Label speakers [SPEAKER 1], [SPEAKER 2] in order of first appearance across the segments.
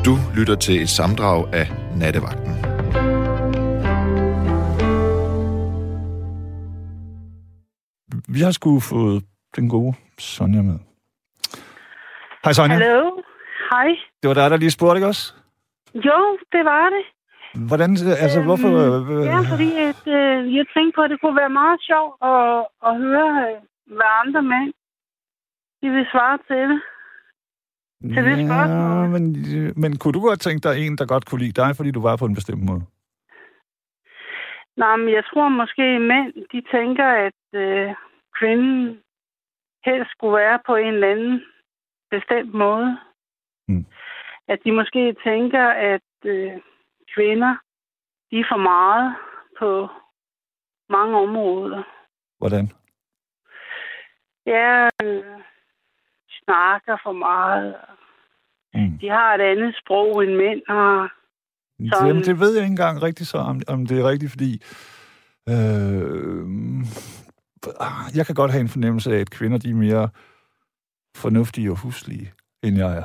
[SPEAKER 1] Du lytter til et sammendrag af Nattevagten.
[SPEAKER 2] Vi har sgu fået den gode Sonja med. Hej Sonja.
[SPEAKER 3] Hallo. Hej.
[SPEAKER 2] Det var dig, der lige spurgte, ikke også?
[SPEAKER 3] Jo, det var det.
[SPEAKER 2] Hvordan, altså hvorfor...
[SPEAKER 3] Ja, fordi jeg tænkte på, at det kunne være meget sjovt at høre, hvad andre mænd de vil svare til det. Til det spørgsmål.
[SPEAKER 2] Men kunne du godt tænke dig en, der godt kunne lide dig, fordi du var på en bestemt måde?
[SPEAKER 3] Nej, men jeg tror måske, mænd, de tænker, at kvinden helst skulle være på en eller anden bestemt måde. At de måske tænker, at kvinder, de er for meget på mange områder.
[SPEAKER 2] Hvordan?
[SPEAKER 3] Ja, snakker for meget. De har et andet sprog end mænd har.
[SPEAKER 2] Jamen, det ved jeg ikke engang rigtigt så, om det er rigtigt, fordi jeg kan godt have en fornemmelse af, at kvinder, de er mere fornuftige og huslige, end jeg er.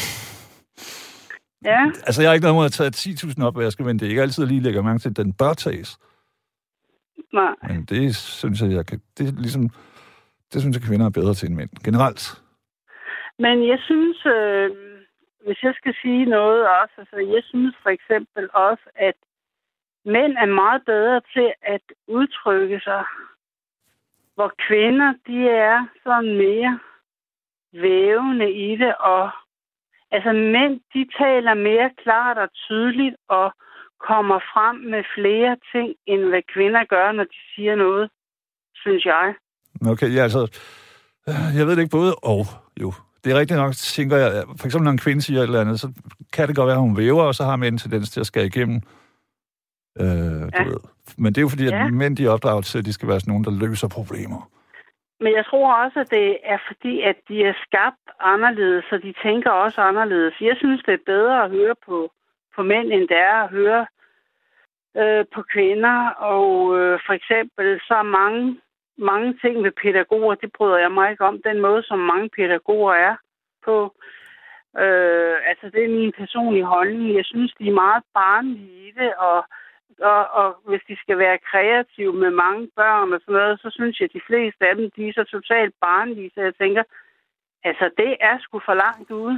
[SPEAKER 3] Ja.
[SPEAKER 2] Altså, jeg har ikke noget mod at tage 10.000 opvasker, men det er ikke altid lige lægger mærke til, at den bør tages.
[SPEAKER 3] Nej.
[SPEAKER 2] Men det synes jeg, det synes jeg, kvinder er bedre til end mænd, generelt.
[SPEAKER 3] Men jeg synes, hvis jeg skal sige noget også, altså jeg synes for eksempel også, at mænd er meget bedre til at udtrykke sig, hvor kvinder, de er sådan mere vævende i det, og altså mænd, de taler mere klart og tydeligt, og kommer frem med flere ting, end hvad kvinder gør, når de siger noget, synes jeg.
[SPEAKER 2] Okay, ja, altså, jeg ved det ikke både og, jo. Det er rigtigt nok, tænker jeg, for eksempel når en kvinde siger et eller andet, så kan det godt være, at hun væver, og så har mænd en tendens til at skære igennem. Du ved. Men det er jo fordi, at mænd, de er opdraget til, at de skal være sådan nogen, der løser problemer. Men
[SPEAKER 3] jeg tror også, at det er fordi, at de er skabt anderledes, så de tænker også anderledes. Jeg synes, det er bedre at høre på mænd, end det er at høre på kvinder. Og for eksempel, så er mange ting ved pædagoger, det bryder jeg mig ikke om. Den måde, som mange pædagoger er på. Altså, det er min personlige holdning. Jeg synes, de er meget barnlige i det, og hvis de skal være kreative med mange børn og sådan noget, så synes jeg, at de fleste af dem, de er så totalt barnlige, så jeg tænker, altså, det er sgu for langt ude.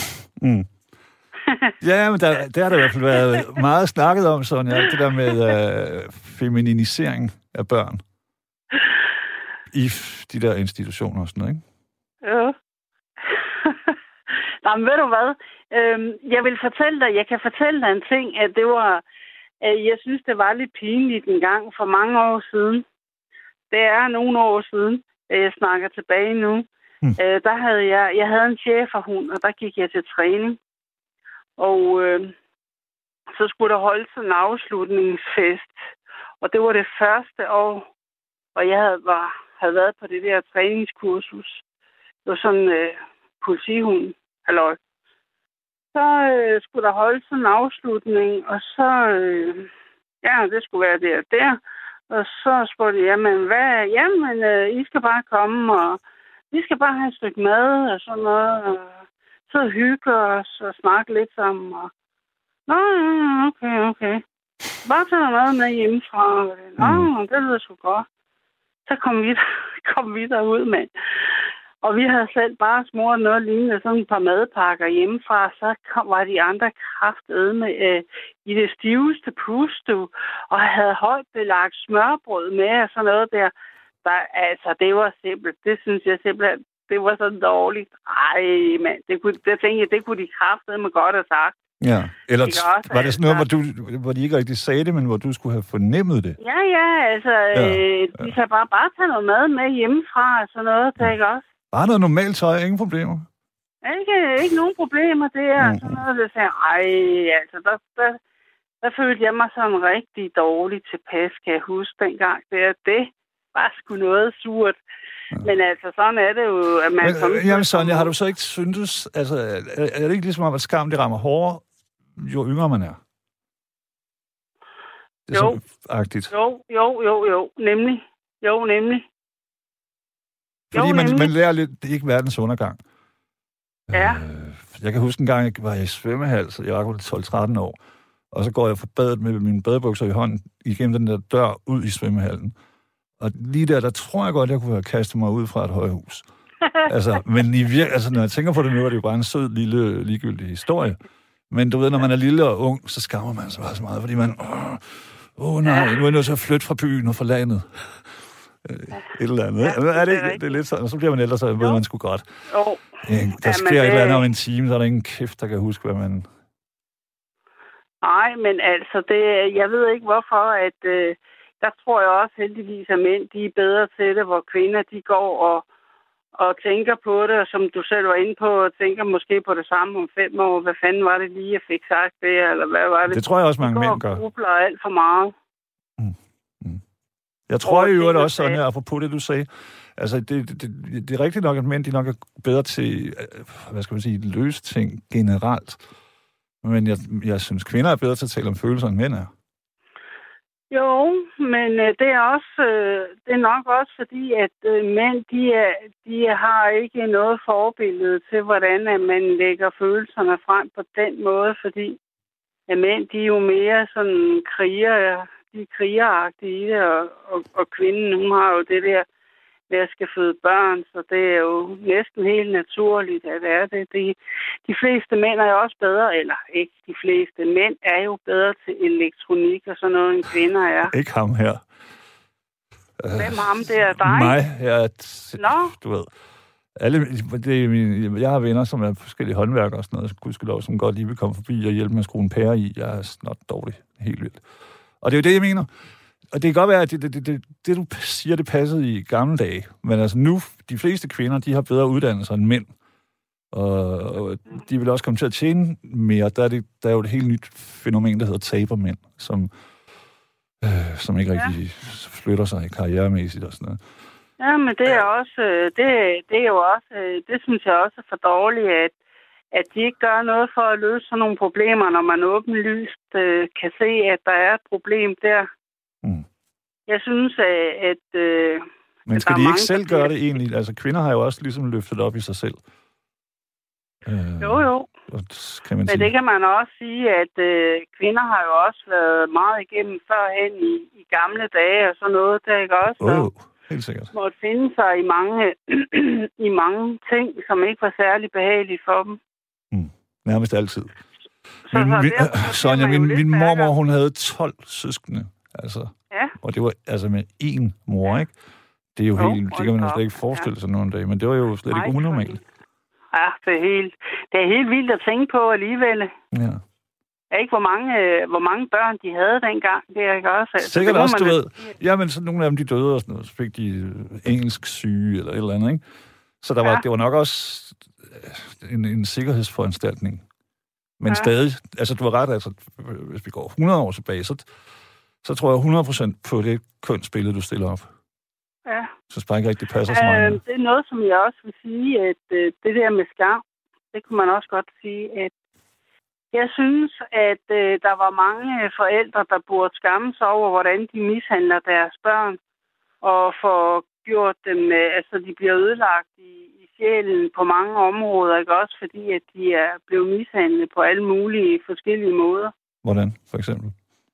[SPEAKER 2] Ja, men der har der i hvert fald været meget snakket om, sådan det der med feminisering af børn. I de der institutioner og sådan noget, ikke?
[SPEAKER 3] Ja. Nå, men ved du hvad? Jeg kan fortælle dig en ting, at det var... Jeg synes, det var lidt pinligt en gang for mange år siden. Det er nogle år siden, jeg snakker tilbage nu. Der havde jeg havde en schæferhund, og der gik jeg til træning. Og så skulle der holdes en afslutningsfest. Og det var det første år, hvor jeg havde været på det der træningskursus. Det var sådan politihund, halløj. Så skulle der holdes en afslutning, og så, det skulle være der. Og så spurgte jeg, I skal bare komme, og vi skal bare have et stykke mad, og sådan noget, og så hygge os, og snakke lidt sammen, og okay. Bare tage noget mad med hjemmefra. Det lyder sgu godt. Så kom vi derud med. Og vi havde selv bare smurt noget lignende, sådan et par madpakker hjemmefra, så var de andre kraftedme i det stiveste puste, og havde højt belagt smørbrød med og sådan noget der. Altså, det var simpelt. Det synes jeg simpelthen, det var så dårligt. Ej, mand, det tænkte jeg, det kunne de kraftedme godt have sagt.
[SPEAKER 2] Ja, eller var det sådan noget, hvor de ikke rigtig sagde det, men hvor du skulle have fornemmet det?
[SPEAKER 3] Ja, altså, de kan bare tage noget mad med hjemmefra og sådan noget, der ikke også?
[SPEAKER 2] Bare noget normalt tøj, ingen problemer?
[SPEAKER 3] Ikke nogen problemer, det er sådan noget, der siger, altså, der følte jeg mig sådan rigtig dårligt tilpas, kan jeg huske dengang. Det var sgu noget surt. Ja. Men altså, sådan er det jo, at man...
[SPEAKER 2] Jamen Sonja, har du så ikke syntes, altså, er det ikke ligesom om, at skam, det rammer hårdere, jo yngre man er? Det er
[SPEAKER 3] jo.
[SPEAKER 2] Agtigt.
[SPEAKER 3] Jo, nemlig.
[SPEAKER 2] Fordi man lærer lidt, det er ikke verdens undergang.
[SPEAKER 3] Ja.
[SPEAKER 2] Jeg kan huske en gang, jeg var i svømmehal, så jeg var kun 12-13 år. Og så går jeg fra badet med mine badebukser i hånden igennem den der dør ud i svømmehallen. Og lige der tror jeg godt, jeg kunne have kastet mig ud fra et højhus. Men når jeg tænker på det nu, er det jo bare en sød, lille, ligegyldig historie. Men du ved, når man er lille og ung, så skammer man sig bare så meget, fordi man... nej, nu er jeg nødt til at flytte fra byen og fra landet. Et eller andet. Ja, det er lidt sådan, og så bliver man ældre, så ved man sgu godt. Der sker et eller andet om en time, så er der ingen kæft, der kan huske, hvad man...
[SPEAKER 3] Nej, men altså, jeg ved ikke hvorfor, at der tror jeg også heldigvis, at mænd, de er bedre til det, hvor kvinder, de går og tænker på det, og som du selv var inde på, og tænker måske på det samme om 5 år. Hvad fanden var det lige, jeg fik sagt det, eller hvad var det?
[SPEAKER 2] Det tror jeg også, mange mænd gør.
[SPEAKER 3] De går og alt for meget.
[SPEAKER 2] Jeg tror jo, at også sådan her, apropos det, du sagde, altså, det er rigtigt nok, at mænd, de nok er bedre til, hvad skal man sige, løse ting generelt. Men jeg synes, kvinder er bedre til at tale om følelser, end mænd er.
[SPEAKER 3] Jo, men det er nok også fordi, at mænd, de har ikke noget forbillede til, hvordan at man lægger følelserne frem på den måde, fordi at mænd, de er jo mere sådan krigeragtige i det, og kvinden, hun har jo det der, med at skal føde børn, så det er jo næsten helt naturligt, at det er det. De fleste mænd er jo også bedre, eller ikke de fleste, mænd er jo bedre til elektronik og sådan noget, end kvinder er.
[SPEAKER 2] Ikke ham her.
[SPEAKER 3] Hvem ham der? Dig?
[SPEAKER 2] Mig? Du ved. Jeg har venner, som er forskellige håndværkere og sådan noget, gudskelov, som godt lige vil komme forbi og hjælpe med at skrue en pære i. Jeg er snart dårlig. Helt vildt. Og det er jo det, jeg mener. Og det kan godt være, at det du siger, det passede i gamle dage. Men altså nu, de fleste kvinder, de har bedre uddannelser end mænd. Og de vil også komme til at tjene mere. Der er jo et helt nyt fænomen, der hedder tabermænd, som ikke rigtig flytter sig karrieremæssigt og sådan noget.
[SPEAKER 3] Ja, men det er også, det er jo også, det synes jeg også er for dårligt, at de ikke gør noget for at løse sådan nogle problemer, når man åbenlyst kan se, at der er et problem der. Jeg synes, at
[SPEAKER 2] men skal de ikke selv gøre det egentlig? Altså, kvinder har jo også ligesom løftet op i sig selv.
[SPEAKER 3] Jo.
[SPEAKER 2] Kan man
[SPEAKER 3] men det kan man også sige, at kvinder har jo også været meget igennem førhen i gamle dage og sådan noget. Der ikke også
[SPEAKER 2] helt sikkert.
[SPEAKER 3] Måtte finde sig i mange ting, som ikke var særlig behagelige for dem.
[SPEAKER 2] Nærmest altid. Sonja, min mormor, hun havde 12 søskende. Altså, og det var altså med én mor, ikke? Det er jo helt, det kan man jo slet ikke forestille sig nogle dage, men det var jo slet ikke unormalt.
[SPEAKER 3] Ja, det er helt vildt at tænke på alligevel.
[SPEAKER 2] Ja.
[SPEAKER 3] Ikke, hvor mange børn de havde dengang. Det er ikke også. Altså,
[SPEAKER 2] sikkert også, du ved. Ja, men så nogle af dem, de døde og sådan noget. Så fik de engelsk syge eller et eller andet, ikke? Så det var nok også en sikkerhedsforanstaltning. Men stadig, altså du har ret, altså hvis vi går 100 år tilbage, så tror jeg 100% på det kønsbillede, du stiller op.
[SPEAKER 3] Ja.
[SPEAKER 2] Så bare ikke rigtig passer så meget.
[SPEAKER 3] Det er noget, som jeg også vil sige, at det der med skam, det kunne man også godt sige, at jeg synes, at der var mange forældre, der burde skamme sig over, hvordan de mishandler deres børn, og får gjort dem, altså de bliver ødelagt i sjælen på mange områder, ikke også fordi, at de er blevet mishandlet på alle mulige forskellige måder.
[SPEAKER 2] Hvordan, for eksempel?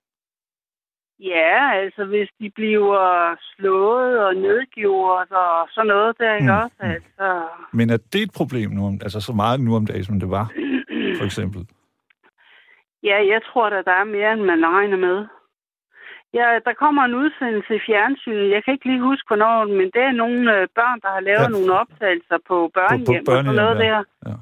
[SPEAKER 3] Ja, altså hvis de bliver slået og nedgjort og sådan noget der, ikke også? Altså...
[SPEAKER 2] Men er det et problem nu, altså så meget nu om dagen, som det var, for eksempel?
[SPEAKER 3] Ja, jeg tror da, der er mere, end man regner med. Ja, der kommer en udsendelse i fjernsynet. Jeg kan ikke lige huske, hvornår, men det er nogle børn, der har lavet nogle optagelser på børnehjem og sådan noget der. Ja.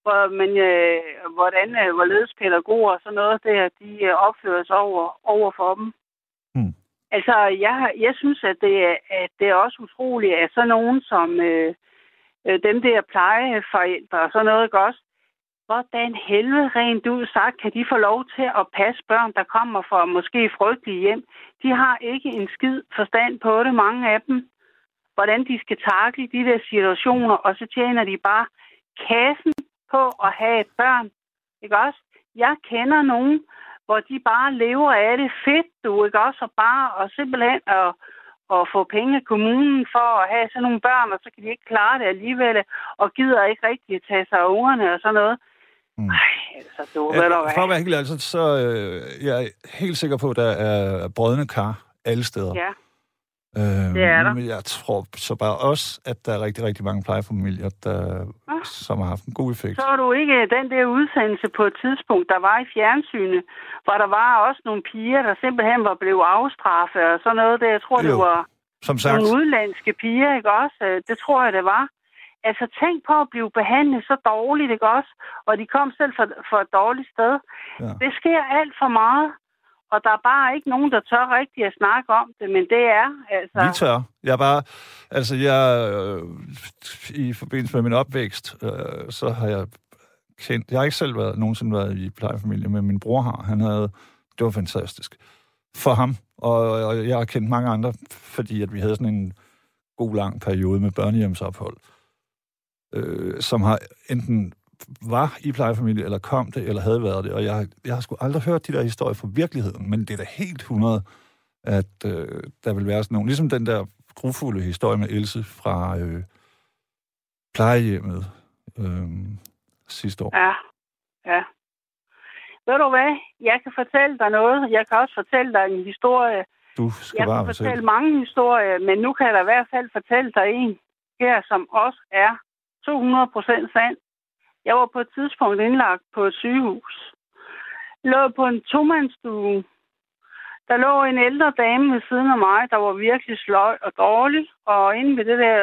[SPEAKER 3] Hvorledes pædagoger og sådan noget der, de opfører sig over for dem. Altså, jeg synes, at det er også utroligt, at sådan nogen som dem der plejeforældre og sådan noget, ikke også? Hvordan helvede rent ud sagt, kan de få lov til at passe børn, der kommer fra måske frygtelige hjem? De har ikke en skid forstand på det, mange af dem. Hvordan de skal takle de der situationer, og så tjener de bare kassen på at have et børn. Ikke også? Jeg kender nogen, hvor de bare lever af det fedt, du, ikke også? Og simpelthen at få penge af kommunen for at have sådan nogle børn, og så kan de ikke klare det alligevel, og gider ikke rigtig tage sig af ungerne og sådan noget. Altså, du ved du hvad.
[SPEAKER 2] For at være helt ærlig, så jeg er helt sikker på, at der er brødne kar alle steder.
[SPEAKER 3] Ja. Det er der.
[SPEAKER 2] Men jeg tror så bare også, at der er rigtig, rigtig mange plejefamilier, som har haft en god effekt.
[SPEAKER 3] Så du ikke den der udsendelse på et tidspunkt, der var i fjernsynet, hvor der var også nogle piger, der simpelthen var blevet afstraffet og sådan noget der. Jeg tror, det var
[SPEAKER 2] som sagt
[SPEAKER 3] nogle udlandske piger, ikke også? Det tror jeg, det var. Altså, tænk på at blive behandlet så dårligt, ikke også? Og de kom selv for et dårligt sted. Ja. Det sker alt for meget. Og der er bare ikke nogen, der tør rigtig at snakke om det, men det er altså...
[SPEAKER 2] Vi tør. I forbindelse med min opvækst, så har jeg kendt... Jeg har ikke selv nogensinde været i plejefamilie, men min bror har. Det var fantastisk for ham. Og jeg har kendt mange andre, fordi at vi havde sådan en god lang periode med børnehjemsophold, som har enten var i plejefamilie, eller kom det, eller havde været det. Og jeg har sgu aldrig hørt de der historier fra virkeligheden, men det er da helt 100, at der vil være sådan nogle, ligesom den der grufulde historie med Else fra plejehjemmet sidste år.
[SPEAKER 3] Ja. Ved du hvad? Jeg kan fortælle dig noget. Jeg kan også fortælle dig en historie.
[SPEAKER 2] Du skal bare
[SPEAKER 3] fortælle mange historier, men nu kan jeg da i hvert fald fortælle dig en her, som også er 200% sand. Jeg var på et tidspunkt indlagt på et sygehus. Jeg lå på en tomandsstue. Der lå en ældre dame ved siden af mig, der var virkelig sløj og dårlig. Og inde ved det der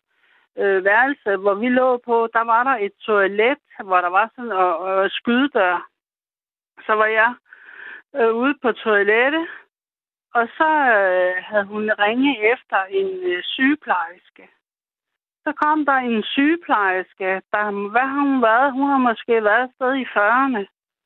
[SPEAKER 3] værelse, hvor vi lå på, der var der et toilet, hvor der var sådan en skydedør. Så var jeg ude på toilettet, og så havde hun ringet efter en sygeplejerske. Så kom der en sygeplejerske, hvad har hun været? Hun har måske været et sted i 40'erne.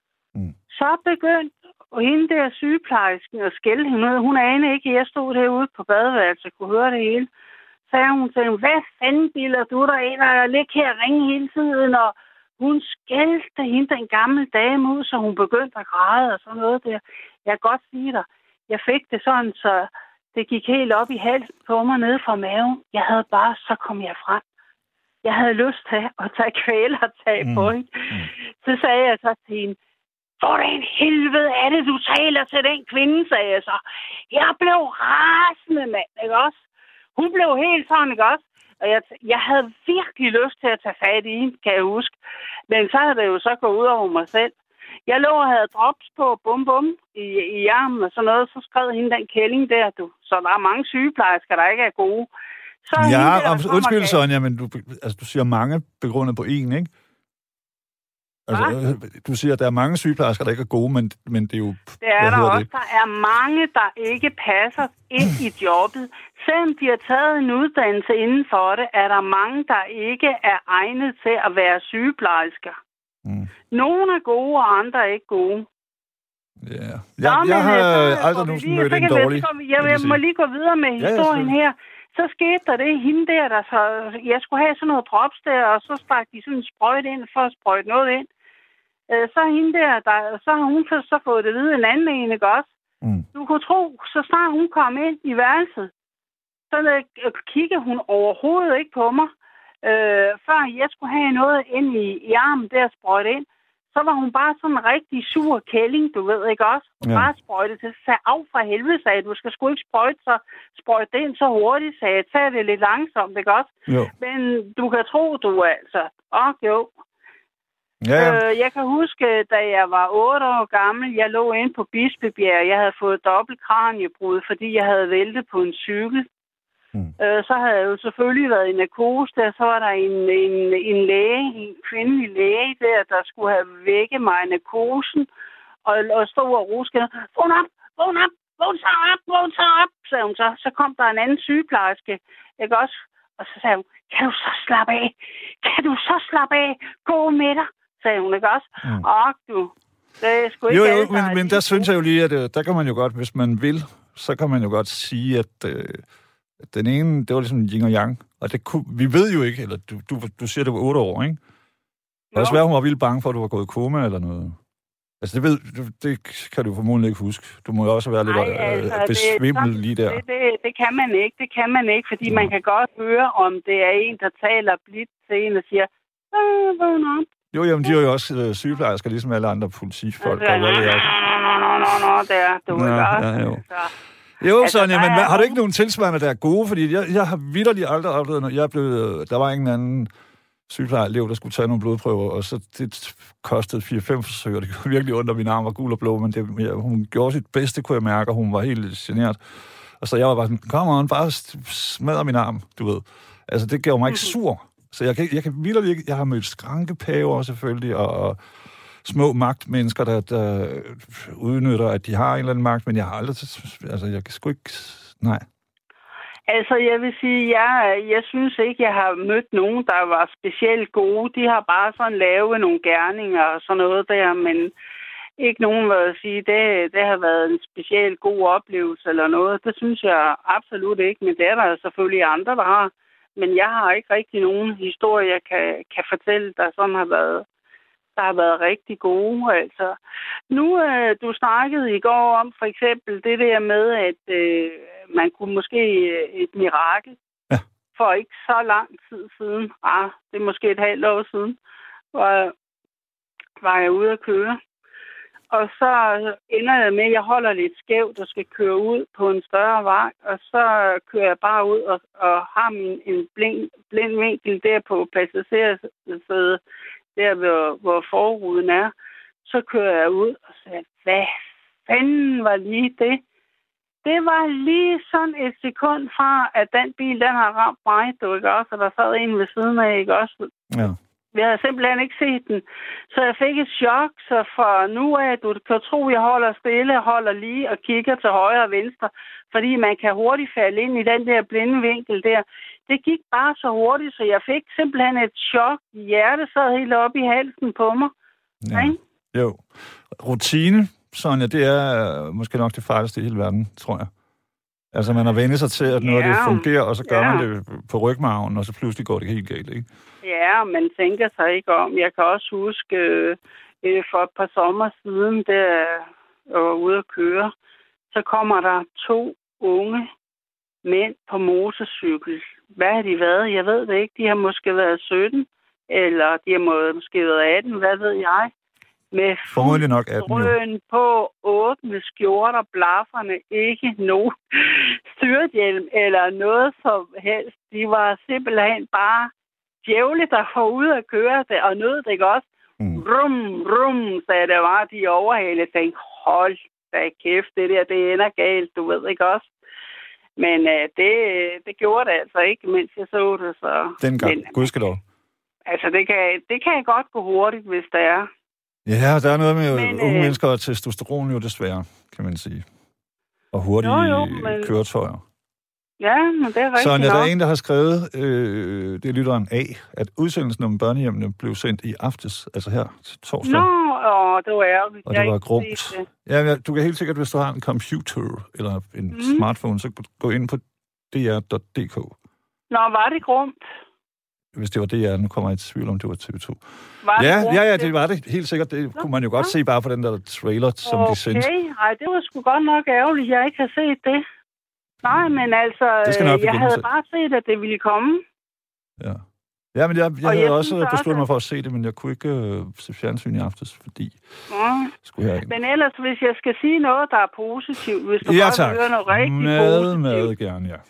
[SPEAKER 3] Så begyndte hende der sygeplejersken at skælde hende ud. Hun anede ikke, at jeg stod derude på badeværelset og kunne høre det hele. Så sagde hun til hende, hvad fanden bilder du der ind, og jeg ligger her og ringe hele tiden, og hun skældte hende, den gamle dame, ud, så hun begyndte at græde og sådan noget der. Jeg kan godt sige dig, jeg fik det sådan, så det gik helt op i halsen på mig nede fra maven. Jeg havde bare, så kom jeg frem. Jeg havde lyst til at tage kvælertag på hende. Så sagde jeg så til hende, hvordan helvede er det, du taler til den kvinde, sagde jeg så. Jeg blev rasende, mand, ikke også? Hun blev helt sådan, ikke også? Og jeg havde virkelig lyst til at tage fat i hende, kan jeg huske. Men så havde det jo så gået ud over mig selv. Jeg lå og havde drops på bum i armen og sådan noget, så skrev hende den kælling der, du. Så der er mange sygeplejersker, der ikke er gode. Så
[SPEAKER 2] undskyld, Sonja, men du siger mange begrundet på én, ikke? Altså, du siger, at der er mange sygeplejersker, der ikke er gode, men det er jo...
[SPEAKER 3] Det er der også. Der er mange, der ikke passer ind i jobbet. Selvom de har taget en uddannelse inden for det, er der mange, der ikke er egnet til at være sygeplejersker. Nogle er gode, og andre er ikke gode.
[SPEAKER 2] Ja. Jeg har aldrig nogensinde mødt en dårlig...
[SPEAKER 3] Jeg må lige gå videre med historien her. Så skete der det, hende der så... Jeg skulle have sådan noget drops der, og så stak de sådan en sprøjt ind, for at sprøjte noget ind. Så hende der, så har hun så fået det videre en anden en, ikke også? Du kunne tro, så snart hun kom ind i værelset, så kiggede hun overhovedet ikke på mig. Før jeg skulle have noget ind i armen der sprøjt ind, så var hun bare sådan en rigtig sur kælling, du ved, ikke også? Og bare sprøjte til. Sagde af fra helvede, sagde du skal sgu ikke sprøjte det ind så hurtigt, sagde jeg. Tag det lidt langsomt, ikke også? Jo. Men du kan tro, du altså. Jo.
[SPEAKER 2] Ja.
[SPEAKER 3] Jeg kan huske, da jeg var 8 år gammel, jeg lå inde på Bispebjerg. Jeg havde fået dobbelt kraniebrud, fordi jeg havde væltet på en cykel. Så havde jeg jo selvfølgelig været i narkose der. Så var der en læge, en kvindelig læge der skulle have vækket mig i narkosen. Og stod og ruskede. Vågn op! Vågn så op! Sagde hun så. Så kom der en anden sygeplejerske. Ikke også? Og så sagde hun, kan du så slappe af? Gå med dig, sagde hun, ikke også? Du, det er sgu ikke
[SPEAKER 2] men der synes jeg jo lige, at der kan man jo godt, hvis man vil, så kan man jo godt sige, at den ene, det var ligesom yin og yang, og det kunne, vi ved jo ikke, eller du siger, det var 8 år, ikke? Det kan også være, hun var vildt bange for, at du var gået i koma eller noget. Altså, det kan du formodentlig ikke huske. Du må jo også være lidt besvimmel lige der.
[SPEAKER 3] Det kan man ikke, fordi man kan godt høre, om det er en, der taler blidt til en og siger, vågn op.
[SPEAKER 2] Jo, jamen, de er jo også sygeplejersker, ligesom alle andre politifolk.
[SPEAKER 3] Nå, der, du er godt.
[SPEAKER 2] Jo. Jo, Sonja, men har du ikke nogen tilsvarende, der er gode? Fordi jeg har vitterligt aldrig oplevet noget. Der var ingen anden sygeplejerelev, der skulle tage nogle blodprøver, og så det kostede 4-5 forsøg, og det kunne virkelig ondt, at min arm var gul og blå, men hun gjorde sit bedste, kunne jeg mærke, og hun var helt genert. Og så jeg var bare sådan, kom on, bare smadre min arm, du ved. Altså, det gjorde mig ikke sur. Så jeg kan virkelig ikke... Jeg har mødt skrankepaver selvfølgelig, og små magtmennesker, der udnytter, at de har en eller anden magt, men jeg har aldrig... Altså, jeg kan sgu ikke... Nej.
[SPEAKER 3] Altså, jeg vil sige, jeg synes ikke, jeg har mødt nogen, der var specielt gode. De har bare sådan lavet nogle gerninger og sådan noget der, men ikke nogen vil sige, det har været en specielt god oplevelse eller noget. Det synes jeg absolut ikke, men det er der selvfølgelig andre, der har. Men jeg har ikke rigtig nogen historie, jeg kan fortælle, der sådan har været rigtig gode. Altså, nu, du snakkede i går om for eksempel det der med, at man kunne måske et mirakel.
[SPEAKER 2] Ja.
[SPEAKER 3] For ikke så lang tid siden, det er måske et halvt år siden, var jeg ude at køre. Og så ender jeg med, at jeg holder lidt skævt og skal køre ud på en større vej. Og så kører jeg bare ud og har en blind vinkel der på passagersædet, der hvor forruden er. Så kører jeg ud og siger, hvad fanden var lige det? Det var lige sådan et sekund fra, at den bil, den har ramt mig, du ikke også? Og der sad en ved siden af, ikke også?
[SPEAKER 2] Ja.
[SPEAKER 3] Jeg havde simpelthen ikke set den. Så jeg fik et chok, så for nu af, du kan tro, jeg holder stille, holder lige og kigger til højre og venstre, fordi man kan hurtigt falde ind i den der blinde vinkel der. Det gik bare så hurtigt, så jeg fik simpelthen et chok. Hjertet sad helt op i halsen på mig.
[SPEAKER 2] Ja. Jo. Rutine, Sonja, det er måske nok det farligste i hele verden, tror jeg. Altså, man har vendt sig til, at noget det fungerer, og så gør man det på rygmarven, og så pludselig går det helt galt, ikke?
[SPEAKER 3] Ja, man tænker sig ikke om. Jeg kan også huske, for et par sommer siden, da jeg var ude at køre, så kommer der 2 unge mænd på motorcykel. Hvad har de været? Jeg ved det ikke. De har måske været 17, eller de har måske været 18, hvad ved jeg? Med
[SPEAKER 2] formodentlig nok 18
[SPEAKER 3] på, åbne skjorter, blafferne, ikke nogen styrthjelm eller noget som helst. De var simpelthen bare djævle, der får ud at køre det, og nød det ikke også. Rum, sagde det var, de overhalede. Jeg tænkte, hold da kæft, det ender galt, du ved ikke også. Men det gjorde det altså ikke, mens jeg så det. Så.
[SPEAKER 2] Dengang, gudskelov.
[SPEAKER 3] Altså, det kan godt gå hurtigt, hvis det er.
[SPEAKER 2] Ja, der er noget med unge mennesker og testosteron jo desværre, kan man sige. Og hurtige køretøjer.
[SPEAKER 3] Ja, men det er rigtigt.
[SPEAKER 2] Sonja, der er en, der har skrevet, det er lytteren A, at udsendelsen om børnehjemmene blev sendt i aftes, altså her til torsdag.
[SPEAKER 3] Det var ærgerligt.
[SPEAKER 2] Og det var grumt. Ja, du kan helt sikkert, hvis du har en computer eller en smartphone, så gå ind på dr.dk.
[SPEAKER 3] Nå, var det grumt?
[SPEAKER 2] Hvis det var DR, nu kommer jeg i tvivl om, det var TV2.
[SPEAKER 3] Ja,
[SPEAKER 2] det var det. Helt sikkert. Det kunne man jo godt se bare på den der trailer, som de sendte.
[SPEAKER 3] Okay, det var sgu godt nok ærgerligt, jeg ikke har set det. Nej, men altså, jeg havde bare set, at det ville komme.
[SPEAKER 2] Ja. Ja, men jeg havde også besluttet mig for at se det, men jeg kunne ikke se fjernsyn i aftes, fordi skulle jeg...
[SPEAKER 3] Men ellers, hvis jeg skal sige noget, der er positivt, hvis du bare hører noget rigtig positivt.
[SPEAKER 2] Meget gerne, ja.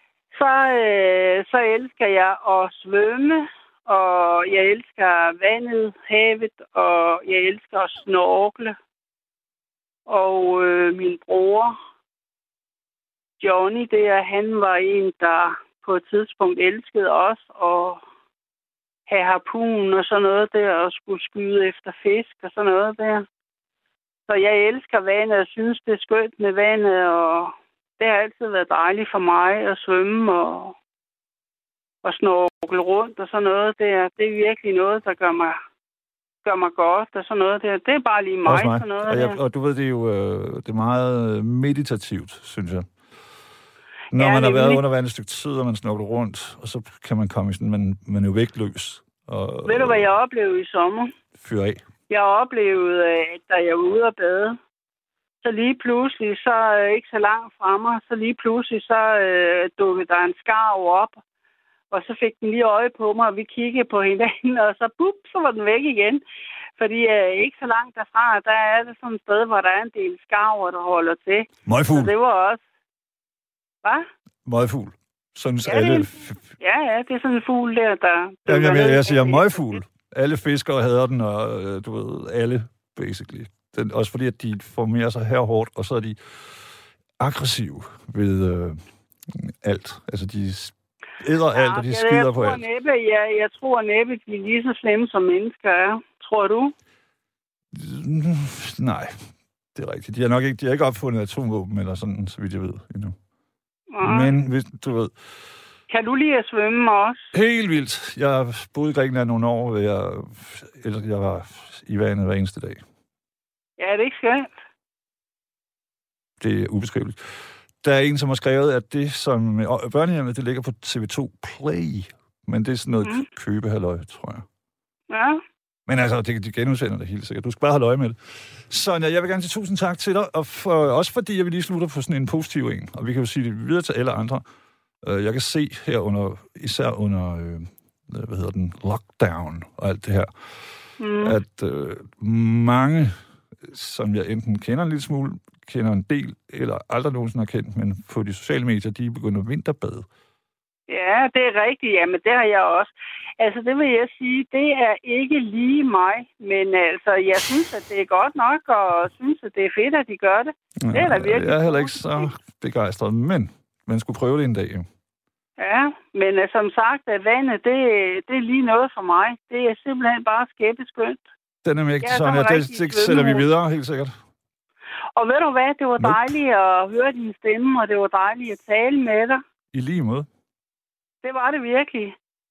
[SPEAKER 3] Så elsker jeg at svømme, og jeg elsker vandet, havet, og jeg elsker at snorkle. Og min bror, Johnny der, han var en, der på et tidspunkt elskede os og have harpun og sådan noget der, og skulle skyde efter fisk og sådan noget der. Så jeg elsker vandet, og synes, det er skønt med vandet, og det har altid været dejligt for mig at svømme og snorkle rundt og sådan noget der. Det er virkelig noget, der gør mig godt og sådan noget der. Det er bare lige mig. Sådan noget
[SPEAKER 2] og du ved, det er jo det er meget meditativt, synes jeg. Når man har været under vandet et stykke tid, og man snorkler rundt, og så kan man komme i sådan, man er jo vægtløs. Og,
[SPEAKER 3] ved du, hvad jeg oplevede i sommer?
[SPEAKER 2] Fyr af.
[SPEAKER 3] Jeg oplevede, da jeg var ude at bade, så lige pludselig, så ikke så langt fra mig, så lige pludselig, så dukkede der en skarv op. Og så fik den lige øje på mig, og vi kiggede på hinanden, og så var den væk igen. Fordi ikke så langt derfra, der er det sådan et sted, hvor der er en del skarver, der holder til.
[SPEAKER 2] Møgfugl.
[SPEAKER 3] Så det var også... Hvad?
[SPEAKER 2] Møgfugl. Sådan
[SPEAKER 3] Ja,
[SPEAKER 2] alle...
[SPEAKER 3] det er sådan en fugl der...
[SPEAKER 2] Jeg siger møgfugl. Alle fiskere hader den, og du ved, alle, basically. Den, også fordi, at de formerer sig her hårdt, og så er de aggressive ved alt. Altså, de æder alt, og de skider på alt.
[SPEAKER 3] Jeg tror næppe, de er lige så slemme, som mennesker er. Tror du?
[SPEAKER 2] Nej, det er rigtigt. De har ikke opfundet atomvåben, eller sådan, så vidt jeg ved, endnu. Men, hvis du ved...
[SPEAKER 3] Kan du lide at svømme også?
[SPEAKER 2] Helt vildt. Jeg boede i Grækenland nogle år, hvor jeg var i vandet hver eneste dag.
[SPEAKER 3] Ja, det er ikke skønt.
[SPEAKER 2] Det er ubeskriveligt. Der er en, som har skrevet, at det som børnehjemmet, det ligger på TV2 Play. Men det er sådan noget købehalløj, tror jeg.
[SPEAKER 3] Ja.
[SPEAKER 2] Men altså, de genudsender det helt sikkert. Du skal bare holde øje med det. Sonja, jeg vil gerne sige tusind tak til dig, og også fordi jeg vil lige slutte på sådan en positiv en. Og vi kan jo sige det videre til alle andre. Jeg kan se her især under lockdown og alt det her, at mange, som jeg enten kender en lille smule, kender en del, eller aldrig nogensinde har kendt, men på de sociale medier, de er begyndt at vinterbade.
[SPEAKER 3] Ja, det er rigtigt. Jamen, det har jeg også. Altså, det vil jeg sige, det er ikke lige mig, men altså, jeg synes, at det er godt nok, og synes, at det er fedt, at de gør det. Ja, det er da virkelig.
[SPEAKER 2] Jeg er heller ikke så begejstret, men man skulle prøve det en dag, jo.
[SPEAKER 3] Ja, men som sagt, at vandet, det er lige noget for mig. Det er simpelthen bare skæbeskønt.
[SPEAKER 2] Den er mægtig, Sonja. Det sætter vi videre, helt sikkert.
[SPEAKER 3] Og ved du hvad, det var dejligt at høre din stemme, og det var dejligt at tale med dig.
[SPEAKER 2] I lige måde.
[SPEAKER 3] Det var det virkelig.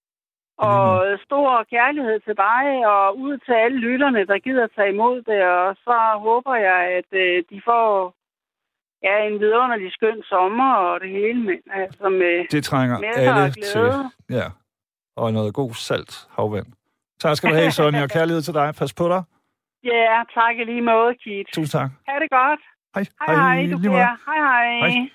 [SPEAKER 3] Og stor kærlighed til dig, og ud til alle lytterne, der gider tage imod det. Og så håber jeg, at de får en vidunderlig skøn sommer og det hele. Men, altså med,
[SPEAKER 2] det trænger alle til. Ja, og noget god salt havvand. Tak skal du have, Sonja, og kærlighed til dig. Pas på dig.
[SPEAKER 3] Ja, tak i lige måde, Keith.
[SPEAKER 2] Tusind tak.
[SPEAKER 3] Ha' det godt.
[SPEAKER 2] Hej.
[SPEAKER 3] Hej, du bliver. Hej.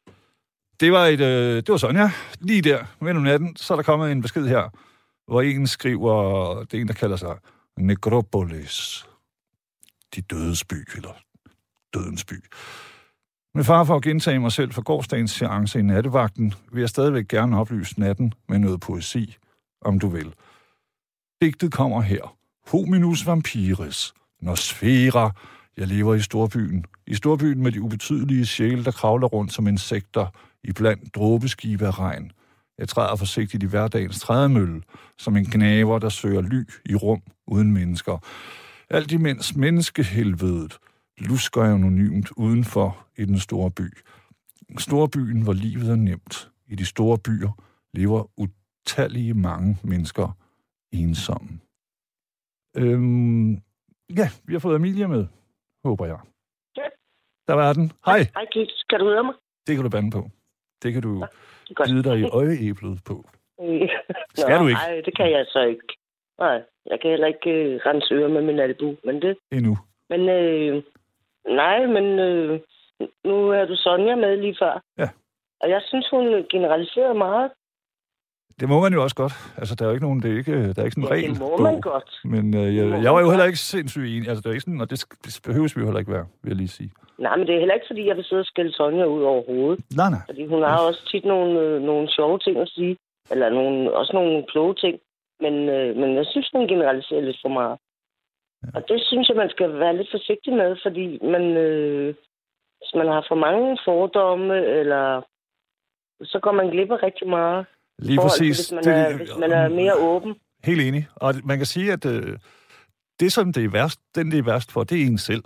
[SPEAKER 2] Det var Sonja. Lige der, midt om natten, så er der kommet en besked her, hvor en skriver, det er en, der kalder sig Necropolis. De dødes by, eller dødens by. Med far for at gentage mig selv for gårsdagens seance i nattevagten, vil jeg stadigvæk gerne oplyse natten med noget poesi, om du vil. Digtet kommer her. Hominus vampiris. Nosfera. Jeg lever i storbyen. I storbyen med de ubetydelige sjæle, der kravler rundt som insekter i blandt dråbeskibe af regn. Jeg træder forsigtigt i hverdagens trædemølle, som en gnaver, der søger ly i rum uden mennesker. Alt imens menneskehelvedet lusker anonymt udenfor i den store by. Storbyen, hvor livet er nemt. I de store byer lever utallige mange mennesker ensomme. Ja, vi har fået Emilie med, håber jeg.
[SPEAKER 4] Ja.
[SPEAKER 2] Der var den. Hej.
[SPEAKER 4] Hej, Keith. Skal du høre mig?
[SPEAKER 2] Det kan du bande på. Det kan du bide dig i øjeæblet på. Skal du ikke?
[SPEAKER 4] Nej, det kan jeg så ikke. Nej, jeg kan heller ikke rense ører med min albu, men det...
[SPEAKER 2] Endnu.
[SPEAKER 4] Men, nu er du Sonja med lige før.
[SPEAKER 2] Ja.
[SPEAKER 4] Og jeg synes, hun generaliserer meget.
[SPEAKER 2] Det må man jo også godt. Altså, der er jo ikke nogen, der er ikke sådan en regel.
[SPEAKER 4] Det må man godt.
[SPEAKER 2] Men jeg var jo heller ikke sindssygt enig. Altså, det er ikke sådan, og det behøves vi jo heller ikke være, vil jeg lige sige.
[SPEAKER 4] Nej, men det er heller ikke, fordi jeg vil sidde og skælde Sonja ud overhovedet.
[SPEAKER 2] Nej.
[SPEAKER 4] Fordi hun har også tit nogle sjove ting at sige. Eller også nogle kloge ting. Men jeg synes, hun generaliserer lidt for meget. Ja. Og det synes jeg, man skal være lidt forsigtig med, fordi hvis man har for mange fordomme, eller så går man glip af rigtig meget.
[SPEAKER 2] Lige præcis.
[SPEAKER 4] Hvis man er mere åben.
[SPEAKER 2] Helt enig. Og man kan sige, at det, som det er værst for, det er en selv.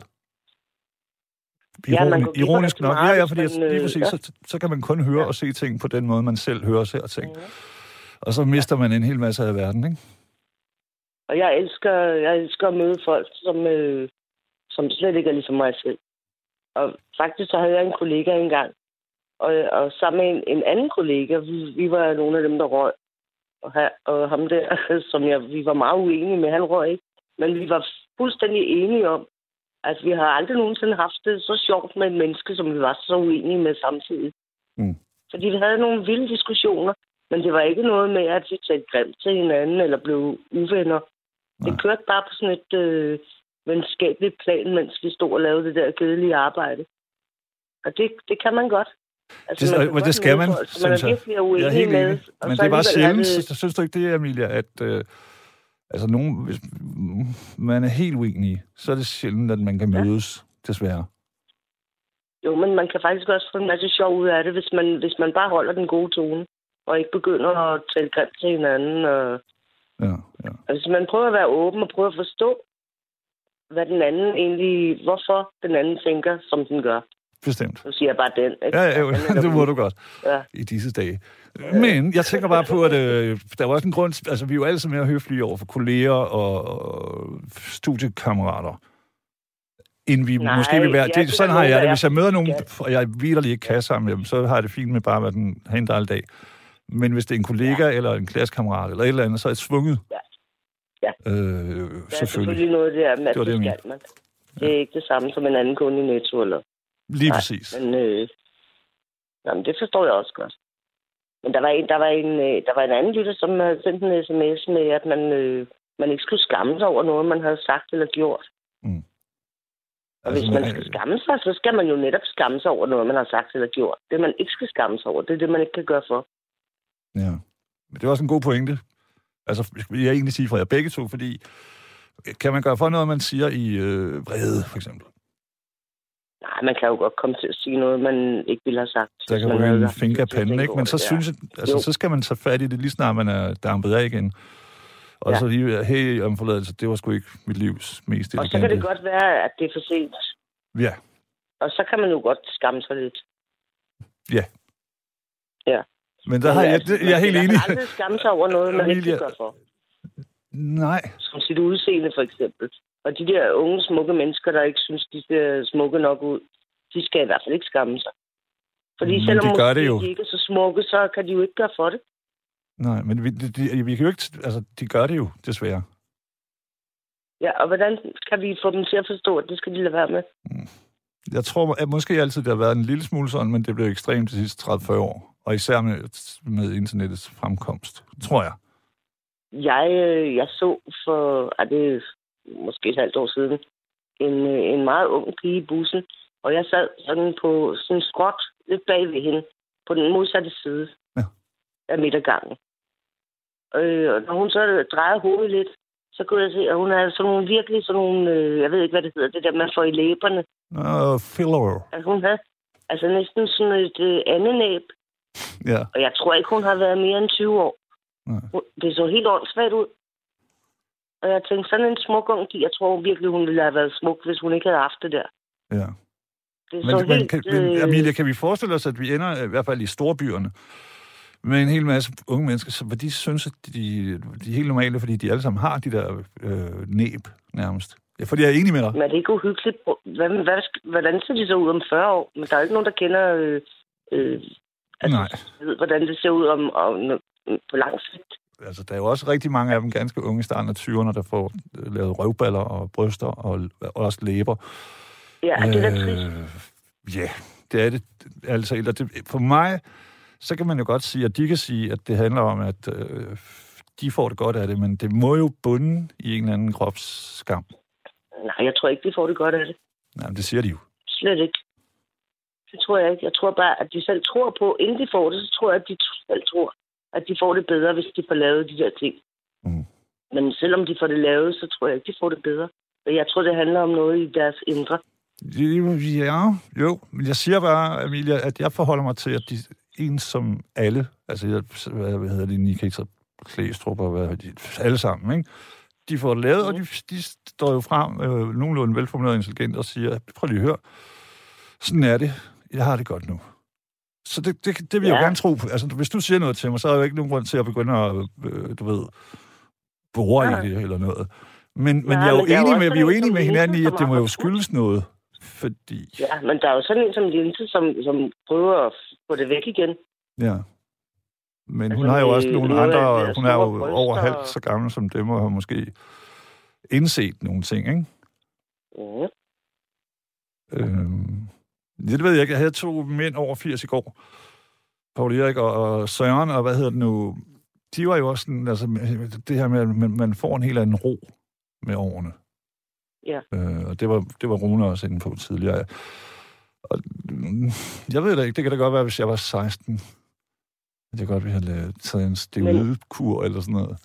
[SPEAKER 2] Ironisk nok. Ja, fordi lige præcis, så kan man kun høre og se ting på den måde, man selv hører og ser ting. Og så mister man en hel masse af verden, ikke?
[SPEAKER 4] Og jeg elsker at møde folk, som slet ikke er ligesom mig selv. Og faktisk så havde jeg en kollega engang, og sammen med en anden kollega, vi var nogle af dem, der røg. Og ham der, som vi var meget uenige med, han røg ikke. Men vi var fuldstændig enige om, at vi har aldrig nogensinde haft det så sjovt med et menneske, som vi var så uenige med samtidig. Fordi vi havde nogle vilde diskussioner, Men det var ikke noget med, at vi talte grimt til hinanden, eller blev uvenner.
[SPEAKER 2] Nej.
[SPEAKER 4] Det kørte bare på sådan et venskabeligt plan, mens vi stod og lavede det der kedelige arbejde. Og det kan man godt. Altså,
[SPEAKER 2] det skal man,
[SPEAKER 4] synes jeg. Man er virkelig uenig med.
[SPEAKER 2] Men det er bare sjældent, så synes du ikke det, Amelia, at hvis man er helt uenig, så er det sjældent, at man kan mødes, desværre.
[SPEAKER 4] Jo, men man kan faktisk også få en masse sjov ud af det, hvis man bare holder den gode tone, og ikke begynder at tale grimt til hinanden.
[SPEAKER 2] Ja.
[SPEAKER 4] Altså, man prøver at være åben og prøver at forstå, hvad den anden egentlig, hvorfor den anden tænker, som den gør.
[SPEAKER 2] Bestemt.
[SPEAKER 4] Så siger jeg bare den. Ikke?
[SPEAKER 2] Ja, det må du godt i disse dage. Men jeg tænker bare på, at der var også en grund, altså vi er jo alle sammen mere høflige over for kolleger og studiekammerater, end vi måske vil være. Sådan har jeg det. Hvis jeg møder nogen, og jeg vitterligt ikke kan sammen med dem, så har jeg det fint med bare at have en dejlig dag. Men hvis det er en kollega eller en klassekammerat eller et eller andet, så er jeg svunget.
[SPEAKER 4] Ja. Selvfølgelig noget der med, at det skal man. Det er ikke det samme som en anden kunde i Netto, eller?
[SPEAKER 2] Lige præcis.
[SPEAKER 4] Men det forstår jeg også godt. Men der var en anden lytter, som havde sendt en sms med, at man ikke skulle skamme sig over noget, man havde sagt eller gjort.
[SPEAKER 2] Mm.
[SPEAKER 4] Og hvis man skal skamme sig, så skal man jo netop skamme sig over noget, man har sagt eller gjort. Det, man ikke skal skamme sig over, det er det, man ikke kan gøre for.
[SPEAKER 2] Ja, men det er også en god pointe. Altså, vil jeg egentlig sige fra jer begge to, fordi kan man gøre for noget, man siger i vrede, for eksempel?
[SPEAKER 4] Nej, man kan jo godt komme til at sige noget, man ikke ville have sagt.
[SPEAKER 2] Der kan ryge en finger af panden, ikke? Men så synes jeg, så skal man tage fat i det, lige snart man er dampet af igen. Og så lige, hey, om forladelse, det var sgu ikke mit livs mest elegante.
[SPEAKER 4] Og så kan det godt være, at det er for sent.
[SPEAKER 2] Ja.
[SPEAKER 4] Og så kan man jo godt skamme sig lidt.
[SPEAKER 2] Ja.
[SPEAKER 4] Ja.
[SPEAKER 2] Men der har jeg er helt enig.
[SPEAKER 4] Man kan aldrig skamme sig over noget, man ikke kan gøre for.
[SPEAKER 2] Nej.
[SPEAKER 4] Som sit udseende, for eksempel. Og de der unge, smukke mennesker, der ikke synes, de ser smukke nok ud, de skal i hvert fald ikke skamme sig. Fordi selvom de ikke er så smukke, så kan de jo ikke gøre for det.
[SPEAKER 2] Nej, men vi kan jo ikke... Altså, de gør det jo, desværre.
[SPEAKER 4] Ja, og hvordan kan vi få dem til at forstå, at det skal de lade være med?
[SPEAKER 2] Jeg tror, at måske altid det har været en lille smule sådan, men det blev ekstremt de sidste 30-40 år. Og især med internettets fremkomst, tror jeg.
[SPEAKER 4] Jeg så for, det er måske et halvt år siden, en meget ung pige i bussen, og jeg sad sådan på sådan en skråt lidt bag ved hende, på den modsatte side af midtergangen. Og når hun så drejede hovedet lidt, så kunne jeg se, at hun havde sådan nogle virkelig sådan nogle, jeg ved ikke, hvad det hedder, det der, man får i læberne.
[SPEAKER 2] Filler.
[SPEAKER 4] Altså hun havde altså næsten sådan et andenæb.
[SPEAKER 2] Ja.
[SPEAKER 4] Og jeg tror ikke, hun har været mere end 20 år.
[SPEAKER 2] Nej.
[SPEAKER 4] Det så helt åndssvagt ud. Og jeg tænkte, sådan en smuk ung pige, jeg tror virkelig, hun ville have været smuk, hvis hun ikke havde haft det der.
[SPEAKER 2] Ja. Men Amelia, kan vi forestille os, at vi ender, i hvert fald i storbyerne, med en hel masse unge mennesker, hvor de synes, at de er helt normale, fordi de alle sammen har de der næb nærmest. Ja, fordi jeg er enig med dig.
[SPEAKER 4] Men er det ikke uhyggeligt? Hvordan ser de så ud om 40 år? Men der er jo ikke nogen, der kender ved, hvordan det ser ud om på lang sigt.
[SPEAKER 2] Altså, der er jo også rigtig mange af dem ganske unge i starten af 20'erne, der får lavet røvballer og bryster og også læber.
[SPEAKER 4] Ja, det er da trist.
[SPEAKER 2] Ja, det er det. Altså, eller det, for mig, så kan man jo godt sige, at de kan sige, at det handler om, at de får det godt af det, men det må jo bunde i en eller anden kropsskam.
[SPEAKER 4] Nej, jeg tror ikke, de får det godt af det.
[SPEAKER 2] Nej, men det siger de jo.
[SPEAKER 4] Slet ikke. Det tror jeg ikke. Jeg tror bare, at de selv tror på, inden de får det, så tror jeg, at de selv tror, at de får det bedre, hvis de får lavet de der ting. Mm. Men selvom de får det lavet, så tror jeg ikke, de får det bedre. Og jeg tror, det handler om noget i deres indre.
[SPEAKER 2] Ja, jo. Men jeg siger bare, Amelia, at jeg forholder mig til, at de en som alle, altså hvad hedder det, Nikita Klæstrup og alle sammen, ikke? De får det lavet, og de står jo frem nogenlunde velformuleret intelligent og siger, prøv lige at høre, sådan er det, jeg har det godt nu. Så det vil jeg jo gerne tro på. Altså, hvis du siger noget til mig, så er der jo ikke nogen grund til at begynde at, bore i det eller noget. Men jeg er jo enig med, vi er jo enige med hinanden i, at det må jo skyldes noget. Fordi...
[SPEAKER 4] Ja, men der er jo sådan en som Linse, som prøver at få det væk igen.
[SPEAKER 2] Ja. Men hun har jo også nogle andre... Hun er jo over halvt så gammel som dem, og har måske indset nogle ting, ikke? Det ved jeg ikke. Jeg havde 2 mænd over 80 i går Paul Erik og Søren, og hvad hedder det nu, de var jo også sådan, altså det her med, at man får en helt anden ro med årene.
[SPEAKER 4] Ja.
[SPEAKER 2] Og det var Rune også inde på tidligere. Og jeg ved det ikke, det kan da godt være, hvis jeg var 16, at jeg godt ville have taget en steroidkur eller sådan noget.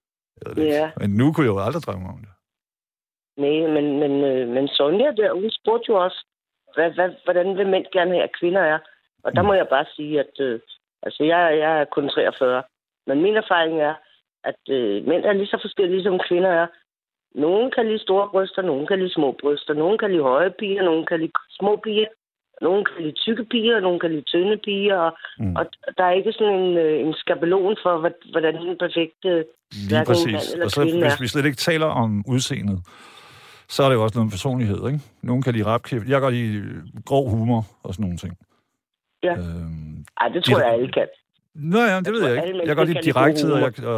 [SPEAKER 4] Ja.
[SPEAKER 2] Men nu kunne jeg jo aldrig drømme om det.
[SPEAKER 4] Nej, men Sonja der, hun spurgte jo også, hvordan vil mænd gerne have, at kvinder er? Og der må jeg bare sige, at altså jeg er kun 43. Men min erfaring er, at mænd er lige så forskellige, som kvinder er. Nogen kan lide store bryster, nogen kan lide små bryster, nogen kan lide høje piger, nogen kan lide små piger, nogen kan lide tykke piger, nogen kan lide tynde piger. Og der er ikke sådan en skabelon for, hvordan den perfekte hverken mand eller kvinde er.
[SPEAKER 2] Hvis vi slet ikke taler om udseendet, så er det jo også noget med personlighed, ikke? Nogen kan lide rapkæft. Jeg kan lide grov humor og sådan nogle ting.
[SPEAKER 4] Ja. Ej, det tror jeg alle kan.
[SPEAKER 2] Nå ja, det ved jeg ikke. Jeg kan godt lide direkthed,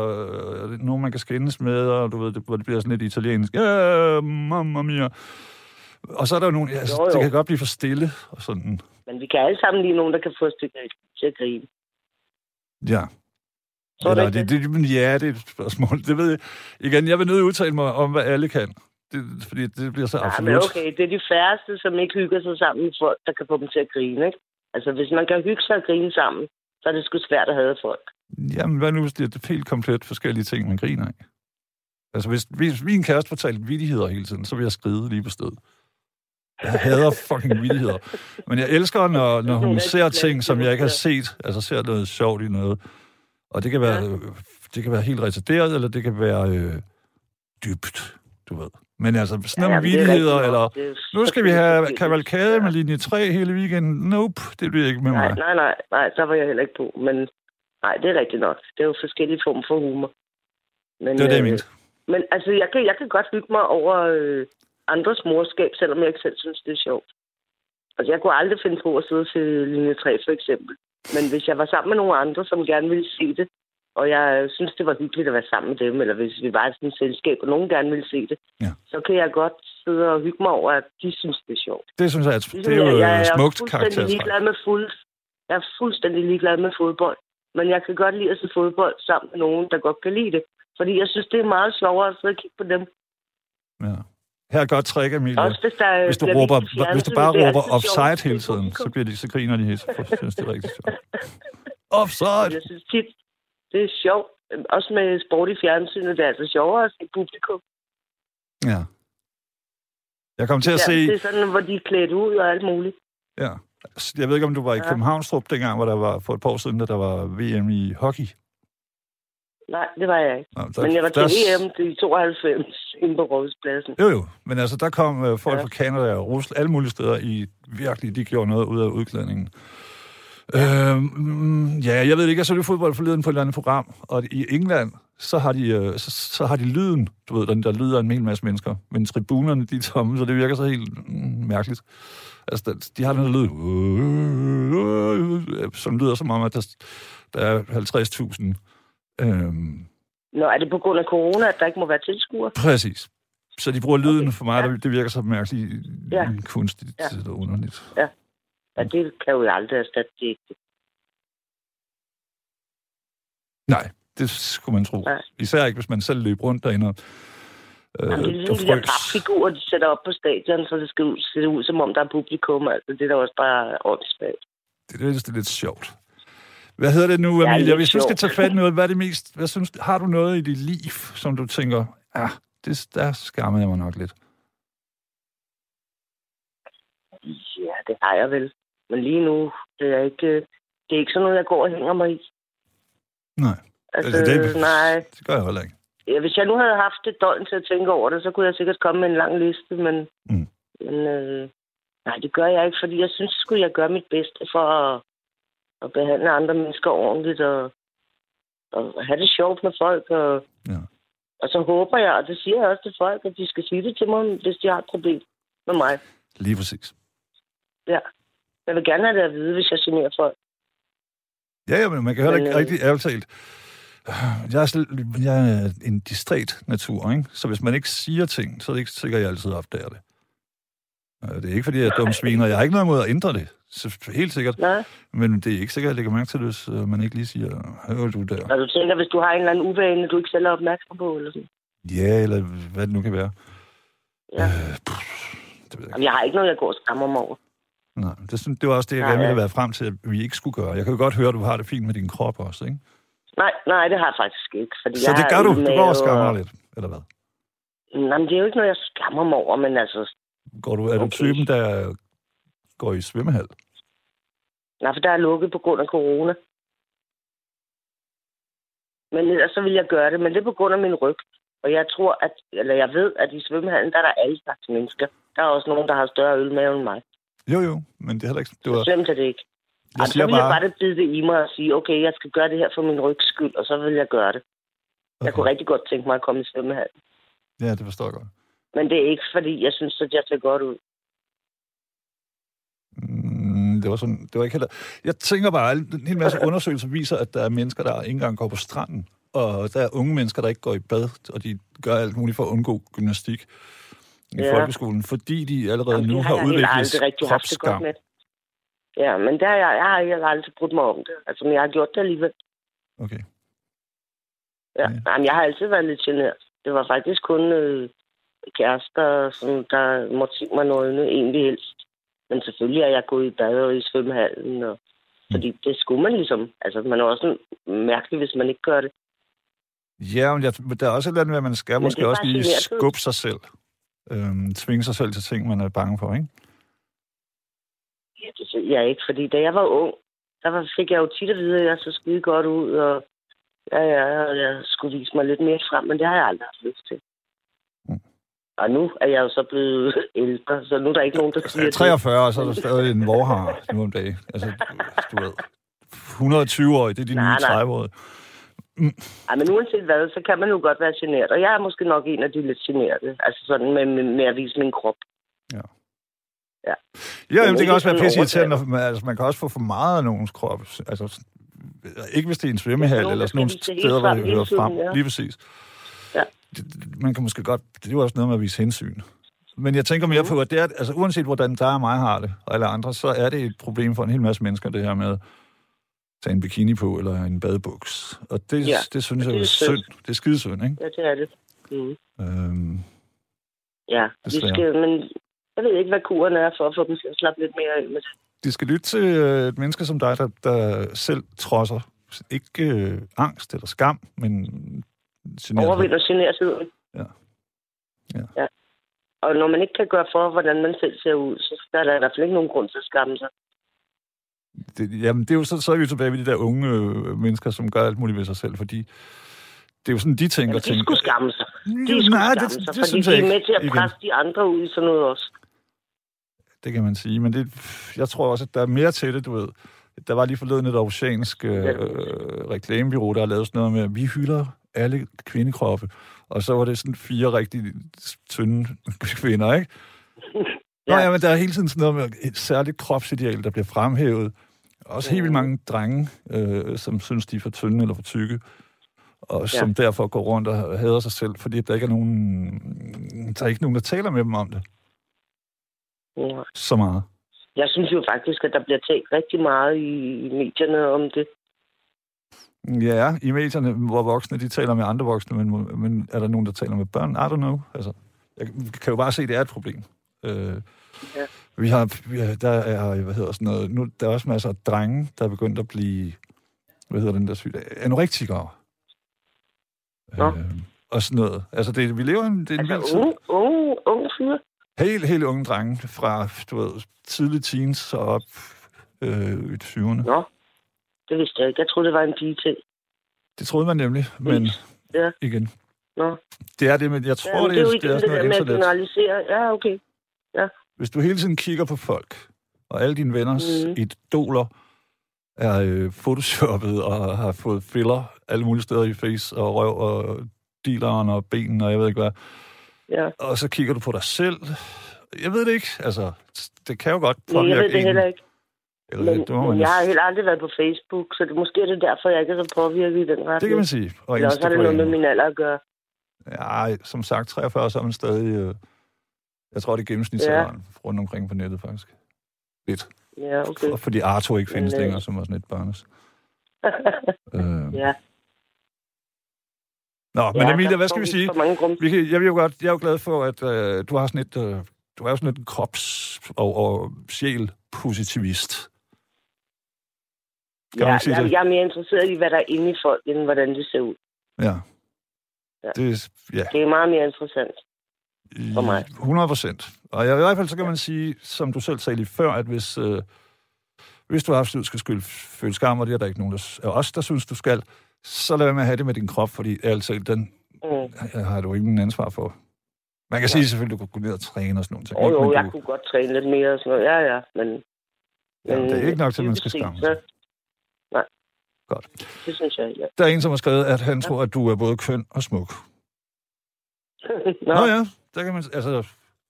[SPEAKER 2] og nogen man kan skændes med, og du ved, hvor det bliver sådan lidt italiensk. Ja, mamma mia. Og så er der jo nogen, det kan godt blive for stille og sådan. Men
[SPEAKER 4] vi kan alle sammen lide nogen, der kan få os til at grine.
[SPEAKER 2] Ja. Så eller, det er et spørgsmål. Det ved jeg. Igen, jeg vil nødt udtale mig om, hvad alle kan. Fordi det bliver så absolut.
[SPEAKER 4] Men okay, det er de færreste, som ikke hygger sig sammen med folk, der kan få dem til at grine, ikke? Altså, hvis man kan hygge sig og grine sammen, så er det sgu svært at have folk.
[SPEAKER 2] Jamen, hvad nu, hvis det er helt komplet forskellige ting, man griner af? Altså, hvis min kæreste fortalte vittigheder hele tiden, så vil jeg skride lige på stedet. Jeg hader fucking vittigheder. Men jeg elsker, når hun ser ting, som jeg ikke har set. Altså, ser noget sjovt i noget. Og det kan være helt retarderet, eller det kan være dybt, du ved. Men altså, sådan nogle vittigheder, eller nu skal vi have kavalkade med linje 3 hele weekenden. Nope, det bliver ikke med mig.
[SPEAKER 4] Nej, så var jeg heller ikke på. Men nej, det er rigtigt nok. Det er jo forskellige former for humor. Men,
[SPEAKER 2] det var det, jeg mente.
[SPEAKER 4] Men altså, jeg kan godt hygge mig over andres morskab, selvom jeg ikke selv synes, det er sjovt. Altså, jeg kunne aldrig finde på at sidde til linje 3, for eksempel. Men hvis jeg var sammen med nogle andre, som gerne ville se det, og jeg synes, det var hyggeligt at være sammen med dem, eller hvis vi var i sådan et selskab, og nogen gerne ville se det, så kan jeg godt sidde og hygge mig over, at de synes, det er sjovt.
[SPEAKER 2] Det synes jeg, det er jo smukt karaktertræk.
[SPEAKER 4] Jeg er fuldstændig ligeglad med fodbold, men jeg kan godt lide at se fodbold sammen med nogen, der godt kan lide det. Fordi jeg synes, det er meget sjovere at sidde og kigge på dem.
[SPEAKER 2] Ja. Her er et godt trick, Emilie. Hvis du bare råber offside hele tiden, så griner de helt. Jeg synes, det er rigtig sjovt. Offside!
[SPEAKER 4] Jeg synes tit, det er sjovt. Også med sport i fjernsynet, det er altså sjovere at se publikum.
[SPEAKER 2] Ja. Jeg kom til at se...
[SPEAKER 4] Det er sådan, hvor de er klædt ud og alt muligt.
[SPEAKER 2] Ja. Jeg ved ikke, om du var i Københavnstrup dengang, hvor der var for et par år siden, da der var VM i hockey.
[SPEAKER 4] Nej, det var jeg ikke. Men jeg var til EM i 92 inde på Rådhuspladsen.
[SPEAKER 2] Jo. Men altså, der kom folk fra Canada og Rusland, alle mulige steder, de gjorde noget ud af udklædningen. Jeg ved ikke, jeg så det fodbold forleden på et eller andet program, og i England, så har de lyden, du ved, der lyder en hel masse mennesker, men tribunerne, de er tomme, så det virker så helt mærkeligt. Altså, de har den lyd, som lyder som om, at der er 50.000.
[SPEAKER 4] Nå, er det på grund af corona, at der ikke må være tilskuere?
[SPEAKER 2] Præcis. Så de bruger lyden for mig, det virker så mærkeligt kunstigt og underligt.
[SPEAKER 4] Ja. Ja, det kan jo aldrig erstatte det ikke.
[SPEAKER 2] Nej, det skulle man tro. Nej. Især ikke, hvis man selv løber rundt derinde og
[SPEAKER 4] det er ligesom de der papfigurer, de sætter op på stadion, så det skal se ud, som om der er publikum. Altså, det er da også bare åndssvagt. Det
[SPEAKER 2] er lidt sjovt. Hvad hedder det nu, Emilia? Hvis du skal tage fat i noget, hvad er det mest... har du noget i dit liv, som du tænker, der skammer jeg mig nok lidt?
[SPEAKER 4] Ja, det har jeg vel. Men lige nu, det er ikke sådan noget, jeg går og hænger mig i.
[SPEAKER 2] Nej.
[SPEAKER 4] Altså,
[SPEAKER 2] nej. Det gør jeg heller ikke.
[SPEAKER 4] Ja, hvis jeg nu havde haft et døgn til at tænke over det, så kunne jeg sikkert komme med en lang liste, men nej, det gør jeg ikke, fordi jeg synes, skulle jeg gøre mit bedste for at behandle andre mennesker ordentligt og have det sjovt med folk. Og så håber jeg, og det siger jeg også til folk, at de skal sige det til mig, hvis de har et problem med mig.
[SPEAKER 2] Lige præcis.
[SPEAKER 4] Ja. Jeg vil gerne have det at vide, hvis jeg generer folk.
[SPEAKER 2] Ja, men man kan heller ikke rigtig ærligt talt. Jeg er en distræt natur, ikke? Så hvis man ikke siger ting, så er det ikke sikkert, at jeg altid opdager det. Det er ikke, fordi jeg er dum svin, og jeg har ikke noget mod at ændre det. Så, helt sikkert.
[SPEAKER 4] Nej.
[SPEAKER 2] Men det er ikke sikkert, at jeg lægger mærke til det, hvis man ikke lige siger, hører du der?
[SPEAKER 4] Og du tænker, hvis du har en eller anden uvane, du ikke selv er opmærksom på, eller sådan?
[SPEAKER 2] Ja, eller hvad det nu kan være.
[SPEAKER 4] Ja.
[SPEAKER 2] Det ved jeg
[SPEAKER 4] Jamen, jeg har ikke noget, jeg går og skammer mig over.
[SPEAKER 2] Nej, det var også det, jeg gerne ville være frem til, at vi ikke skulle gøre. Jeg kan jo godt høre, at du har det fint med din krop også, ikke?
[SPEAKER 4] Nej, det har jeg faktisk ikke. Fordi
[SPEAKER 2] så det gør du? Du går og skammer lidt, eller hvad?
[SPEAKER 4] Nej, men det er jo ikke noget, jeg skammer mig over, men altså...
[SPEAKER 2] Er du typen, der går i svømmehal?
[SPEAKER 4] Nej, for der er lukket på grund af corona. Men ellers så vil jeg gøre det, men det er på grund af min ryg. Og jeg ved, at i svømmehallen, der er der alle slags mennesker. Der er også nogen, der har større ølmave end mig.
[SPEAKER 2] Jo, men det er heller ikke...
[SPEAKER 4] Så slemt er det ikke. Så vil jeg bare bide det i mig og sige, okay, jeg skal gøre det her for min rygs skyld, og så vil jeg gøre det. Okay. Jeg kunne rigtig godt tænke mig at komme i svømmehallen.
[SPEAKER 2] Ja, det forstår jeg godt.
[SPEAKER 4] Men det er ikke, fordi jeg synes, at jeg ser godt ud.
[SPEAKER 2] Det var ikke heller... Jeg tænker bare, at en hel masse undersøgelser viser, at der er mennesker, der ikke engang går på stranden. Og der er unge mennesker, der ikke går i bad, og de gør alt muligt for at undgå gymnastik i folkeskolen, fordi de allerede nu har udviklet kropsskam.
[SPEAKER 4] Ja, men jeg har aldrig brudt mig om det. Altså, men jeg har gjort det alligevel.
[SPEAKER 2] Okay.
[SPEAKER 4] Ja. Jamen, jeg har altid været lidt genert. Det var faktisk kun kærester, der måtte sige mig noget egentlig helst. Men selvfølgelig er jeg gået i bad og i svømmehallen, og fordi det skulle man ligesom. Altså, man er også mærkelig, hvis man ikke gør det.
[SPEAKER 2] Ja, men der er også et eller andet, at man skal måske også lige skubbe sig selv. Tvinge sig selv til ting, man er bange for, ikke?
[SPEAKER 4] Ja, det ved jeg ikke, fordi da jeg var ung, fik jeg jo tit at vide, at jeg så skide godt ud, og jeg skulle vise mig lidt mere frem, men det har jeg aldrig haft lyst til. Og nu er jeg jo så blevet ældre, så nu er der ikke nogen, der siger...
[SPEAKER 2] Jeg er 43, og så er der stadig en vorhar nu om dagen. Altså, du ved, 120-årig, det er de nye 30-årige.
[SPEAKER 4] Ej, men uanset hvad, så kan man jo godt være genert. Og jeg er måske nok en af de lidt generte. Altså sådan med at vise min krop.
[SPEAKER 2] Ja.
[SPEAKER 4] Ja,
[SPEAKER 2] jamen, det kan også være pisse irriterende. Altså, man kan også få for meget af nogens krop. Altså, ikke hvis det er en svømmehal, eller sådan nogle steder, hvor det hører frem. Ja. Lige præcis.
[SPEAKER 4] Ja.
[SPEAKER 2] Man kan måske godt... Det er jo også noget med at vise hensyn. Men jeg tænker mere på, at det er... Altså, uanset hvordan der og mig har det, og alle andre, så er det et problem for en hel masse mennesker, det her med at tage en bikini på, eller en badebuks. Og det synes jeg er synd. Det er skidesynd, ikke?
[SPEAKER 4] Ja, det er det. Ja, vi skal... Men jeg ved ikke, hvad kuren er for at få dem til at slappe lidt mere af med det.
[SPEAKER 2] De skal lytte til et menneske som dig, der selv trodser ikke angst eller skam, men
[SPEAKER 4] overvinder genertheden. Ja. Og når man ikke kan gøre for, hvordan man selv ser ud, så er der i hvert fald ikke nogen grund til at skamme sig.
[SPEAKER 2] Jamen, det er jo så er vi jo tilbage ved de der unge mennesker, som gør alt muligt ved sig selv, fordi det er jo sådan, de tænker...
[SPEAKER 4] Ja, de skulle skamme sig. Det fordi de er med til at presse de andre ud i sådan noget også.
[SPEAKER 2] Det kan man sige, men jeg tror også, at der er mere til det, du ved. Der var lige forleden et oceansk reklamebyrå, der har lavet sådan noget med, at vi hylder alle kvindekroppe, og så var det sådan 4 rigtig tynde kvinder, ikke? Nå, ja, men der er hele tiden sådan noget med et særligt kropsideal, der bliver fremhævet. Også helt vildt mange drenge, som synes, de er for tynde eller for tykke, og som derfor går rundt og hader sig selv, fordi der ikke er nogen, der taler med dem om det.
[SPEAKER 4] Ja.
[SPEAKER 2] Så meget.
[SPEAKER 4] Jeg synes jo faktisk, at der bliver talt rigtig meget i medierne om det.
[SPEAKER 2] Ja, i medierne, hvor voksne, de taler med andre voksne, men er der nogen, der taler med børn? I don't know. Altså, jeg kan jo bare se, at det er et problem. Der er også masser af drenge, der er begyndt at blive, anorektikere. Og sådan noget. Altså, vi lever en
[SPEAKER 4] unge fyre?
[SPEAKER 2] Helt unge drenge fra, tidlige teens og op i 20'erne.
[SPEAKER 4] Nå, det vidste jeg ikke. Jeg troede, det var en pige ting.
[SPEAKER 2] Det troede man nemlig, men igen.
[SPEAKER 4] Nå.
[SPEAKER 2] Det er det, men jeg tror,
[SPEAKER 4] det er jo ikke det der med at generalisere. Ja, okay. Ja.
[SPEAKER 2] Hvis du hele tiden kigger på folk, og alle dine venners idoler er photoshoppet og har fået filler alle mulige steder i face og røv og dealeren og benen og jeg ved ikke hvad.
[SPEAKER 4] Ja.
[SPEAKER 2] Og så kigger du på dig selv. Jeg ved det ikke. Altså, det kan jo godt
[SPEAKER 4] påvirke en. Jeg ved det heller ikke.
[SPEAKER 2] Men
[SPEAKER 4] jeg har heller aldrig været på Facebook, så det måske er det derfor, jeg ikke er så påvirket i den retning.
[SPEAKER 2] Det kan man sige. Og
[SPEAKER 4] eller også har det noget med min alder at gøre.
[SPEAKER 2] Ja, som sagt, 43, så er man stadig... jeg tror, det er gennemsnitsalderen rundt omkring på nettet, faktisk. lidt.
[SPEAKER 4] Ja, okay.
[SPEAKER 2] Fordi Arthur ikke findes længere, som var sådan et barnes.
[SPEAKER 4] Ja.
[SPEAKER 2] Nå, men Emilia, hvad skal vi sige? Jeg er jo glad for, at du har sådan et... du er jo sådan et krops- og sjæl-positivist.
[SPEAKER 4] Jeg er mere interesseret i, hvad der er inde i folk, end hvordan det ser ud.
[SPEAKER 2] Ja.
[SPEAKER 4] Det er meget mere interessant for mig.
[SPEAKER 2] 100%. Og i hvert fald så kan man sige, som du selv sagde lige før, at hvis du absolut skal føle skam, og det er der ikke nogen af os, der synes, du skal, så lad være med at have det med din krop, fordi altså, den har du ingen ansvar for. Man kan sige selvfølgelig, at du kunne gå ned og træne og sådan noget.
[SPEAKER 4] Jo, jeg kunne godt træne lidt mere og sådan noget. Ja, men
[SPEAKER 2] det er ikke nok til, at man skal skamme sig.
[SPEAKER 4] Nej.
[SPEAKER 2] Godt.
[SPEAKER 4] Det synes jeg, ja.
[SPEAKER 2] Der er en, som har skrevet, at han tror, at du er både køn og smuk. Nå ja, der kan man... Altså,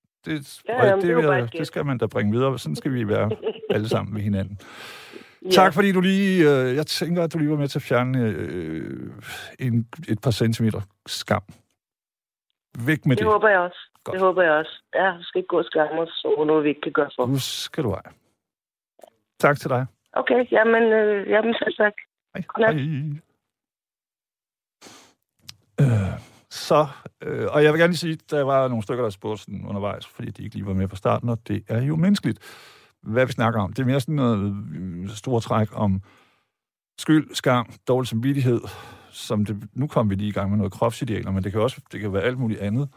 [SPEAKER 2] det skal man da bringe videre. Sådan skal vi være alle sammen med hinanden. Ja. Tak, fordi du lige... jeg tænker, at du lige var med til at fjerne et par centimeter skam. Væk med det.
[SPEAKER 4] Det håber jeg også. Godt. Det håber jeg også. Ja, du skal ikke gå og skamme os over noget, vi ikke kan gøre for.
[SPEAKER 2] Nu skal du have. Tak til dig.
[SPEAKER 4] Okay, jamen selv tak.
[SPEAKER 2] Hej. Og jeg vil gerne lige sige, at der var nogle stykker, der spurgte sådan undervejs, fordi de ikke lige var med fra starten, og det er jo menneskeligt, hvad vi snakker om. Det er mere sådan noget stort træk om skyld, skam, dårlig samvittighed, som det, nu kom vi lige i gang med noget kropsidealer, men det kan være alt muligt andet.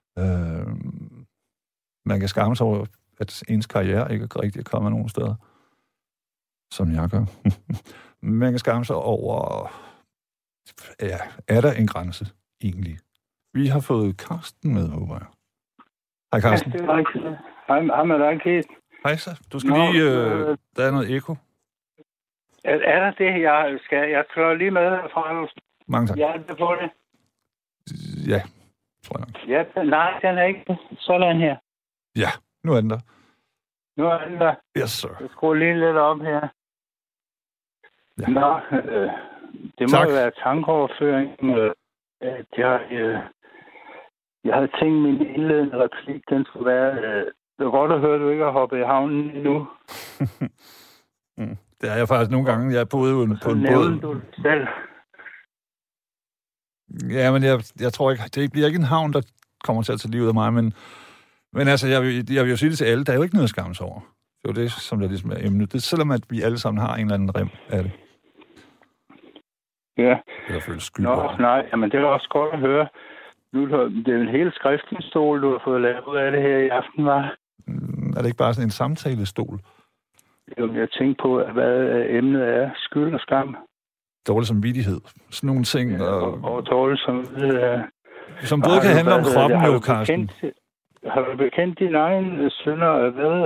[SPEAKER 2] Man kan skamme sig over, at ens karriere ikke er rigtig kommet nogen steder, som jeg gør. Man kan skamme sig over, er der en grænse egentlig? Vi har fået Karsten med, håber jeg. Hej, Karsten.
[SPEAKER 5] Ja, det er rigtigt. Hej med dig, Keith.
[SPEAKER 2] Hej, så. Du skal lige... der er noget ekko.
[SPEAKER 5] Er der det, jeg slår lige med herfra?
[SPEAKER 2] Mange tak.
[SPEAKER 5] Jeg er på det.
[SPEAKER 2] Ja, tror jeg nok.
[SPEAKER 5] Ja, nej, den er ikke sådan her.
[SPEAKER 2] Ja, nu er den der.
[SPEAKER 5] Nu er den der.
[SPEAKER 2] Yes, sir.
[SPEAKER 5] Jeg skruer lige lidt op her.
[SPEAKER 2] Ja.
[SPEAKER 5] Nå, det må jo være tankeoverføring. Jeg havde tænkt, min indledende replik, den skulle være... det er godt at høre, at du ikke har hoppet i havnen endnu.
[SPEAKER 2] Det er jeg faktisk nogle gange. Jeg boede på en båd.
[SPEAKER 5] Du selv.
[SPEAKER 2] Ja, men jeg tror ikke... Det bliver ikke en havn, der kommer til at tage livet af mig, men altså, jeg vil jo sige det til alle. Der er jo ikke noget at skamme sig over. Det er jo det, som der ligesom er emnet. Det er selvom, at vi alle sammen har en eller anden rem af det.
[SPEAKER 5] Ja.
[SPEAKER 2] Eller føles skyld.
[SPEAKER 5] Nej, men det er også godt at høre. Nu det er en hel skriftstol, du har fået lavet ud af det her i aften, var.
[SPEAKER 2] Er det ikke bare sådan en samtalestol?
[SPEAKER 5] Jo, jeg tænker på, hvad emnet er. Skyld og skam.
[SPEAKER 2] Dårlig samvittighed. Sådan nogle ting.
[SPEAKER 5] Ja, og dårlig samvittighed er... Som
[SPEAKER 2] både kan handle om kroppen, jo, Karsten.
[SPEAKER 5] Har du bekendt dine egne synder?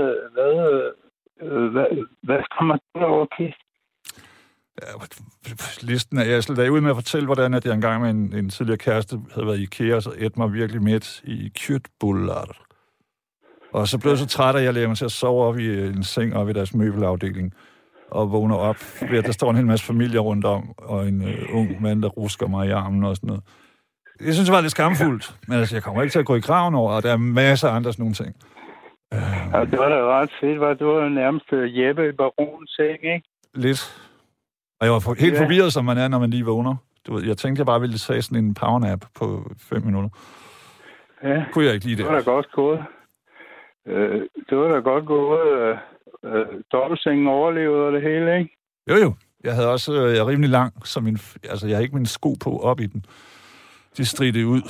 [SPEAKER 5] Hvad kommer du over, Keith?
[SPEAKER 2] Ja, listen er jeg slet ikke ude med at fortælle, hvordan at jeg engang med en tidligere kæreste havde været i IKEA, og så ædte mig virkelig midt i kjøtbullar. Og så blev jeg så træt, at jeg lagde mig til at sove op i en seng op i deres møbelafdeling, og vågner op ved, at der står en hel masse familier rundt om, og en ung mand, der rusker mig i armen og sådan noget. Jeg synes, det var lidt skamfuldt, men altså, jeg kommer ikke til at gå i graven over, og der er masser af andre sådan nogle ting.
[SPEAKER 5] Ja, det var da ret fedt, var du var nærmest Jeppe i baronens seng, ikke?
[SPEAKER 2] Lidt. Og jeg var helt forvirret, som man er, når man lige vågner. Du ved, jeg tænkte, jeg bare ville tage sådan en powernap på 5 minutter.
[SPEAKER 5] Ja,
[SPEAKER 2] kunne jeg ikke lide det.
[SPEAKER 5] Det var da godt gået. Det var da godt gået. Dobbeltsengen overlevede og det hele, ikke?
[SPEAKER 2] Jo. Jeg havde også jeg er rimelig lang, så jeg havde ikke min sko på op i den. De stridte ud.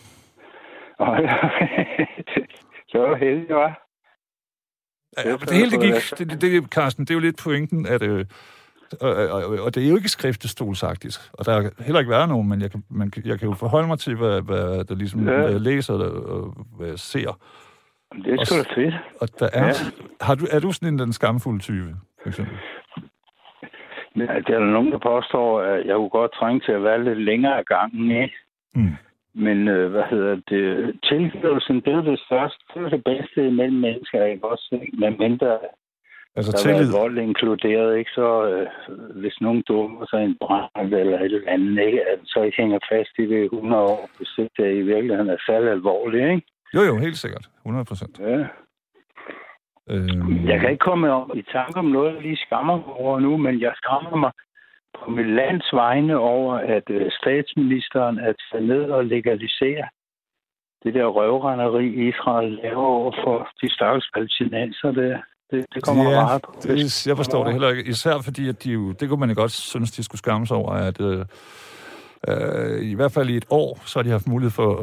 [SPEAKER 5] Så var heldig, hva'?
[SPEAKER 2] Ja, det hele, det gik... Det, Karsten, det er jo lidt pointen, at... Og det er jo ikke skriftestolsagtigt. Og der har heller ikke været nogen, men jeg kan jo forholde mig til, hvad der ligesom, hvad jeg læser og hvad jeg ser.
[SPEAKER 5] Det er sgu da fedt.
[SPEAKER 2] Og der er... Er du sådan den skamfulde type, for eksempel?
[SPEAKER 5] Ja, det er der nogen, der påstår, at jeg kunne godt trænge til at være lidt længere af gangen, ikke? Mm. Men tilgivelsen, det er det største, det er det bedste imellem mennesker, ikke også? Med mindre
[SPEAKER 2] altså
[SPEAKER 5] der
[SPEAKER 2] tillid.
[SPEAKER 5] var vold inkluderet, ikke? Så hvis nogen dummer sig en brand eller et eller andet, ikke? Så ikke hænger fast i det 100 år, hvis det i virkeligheden er særlig alvorligt, ikke?
[SPEAKER 2] Jo, helt sikkert. 100%.
[SPEAKER 5] Ja. Jeg kan ikke komme i tanke om noget, jeg lige skammer mig over nu, men jeg skammer mig på mit lands vegne over, at statsministeren er taget ned og legaliserer det der røvrenderi, Israel laver over for de stakkels palæstinenser der. Det kommer meget på.
[SPEAKER 2] Jeg forstår det heller ikke. Især fordi, at de jo, det kunne man jo godt synes, de skulle skamme sig over, at i hvert fald i et år, så har de haft mulighed for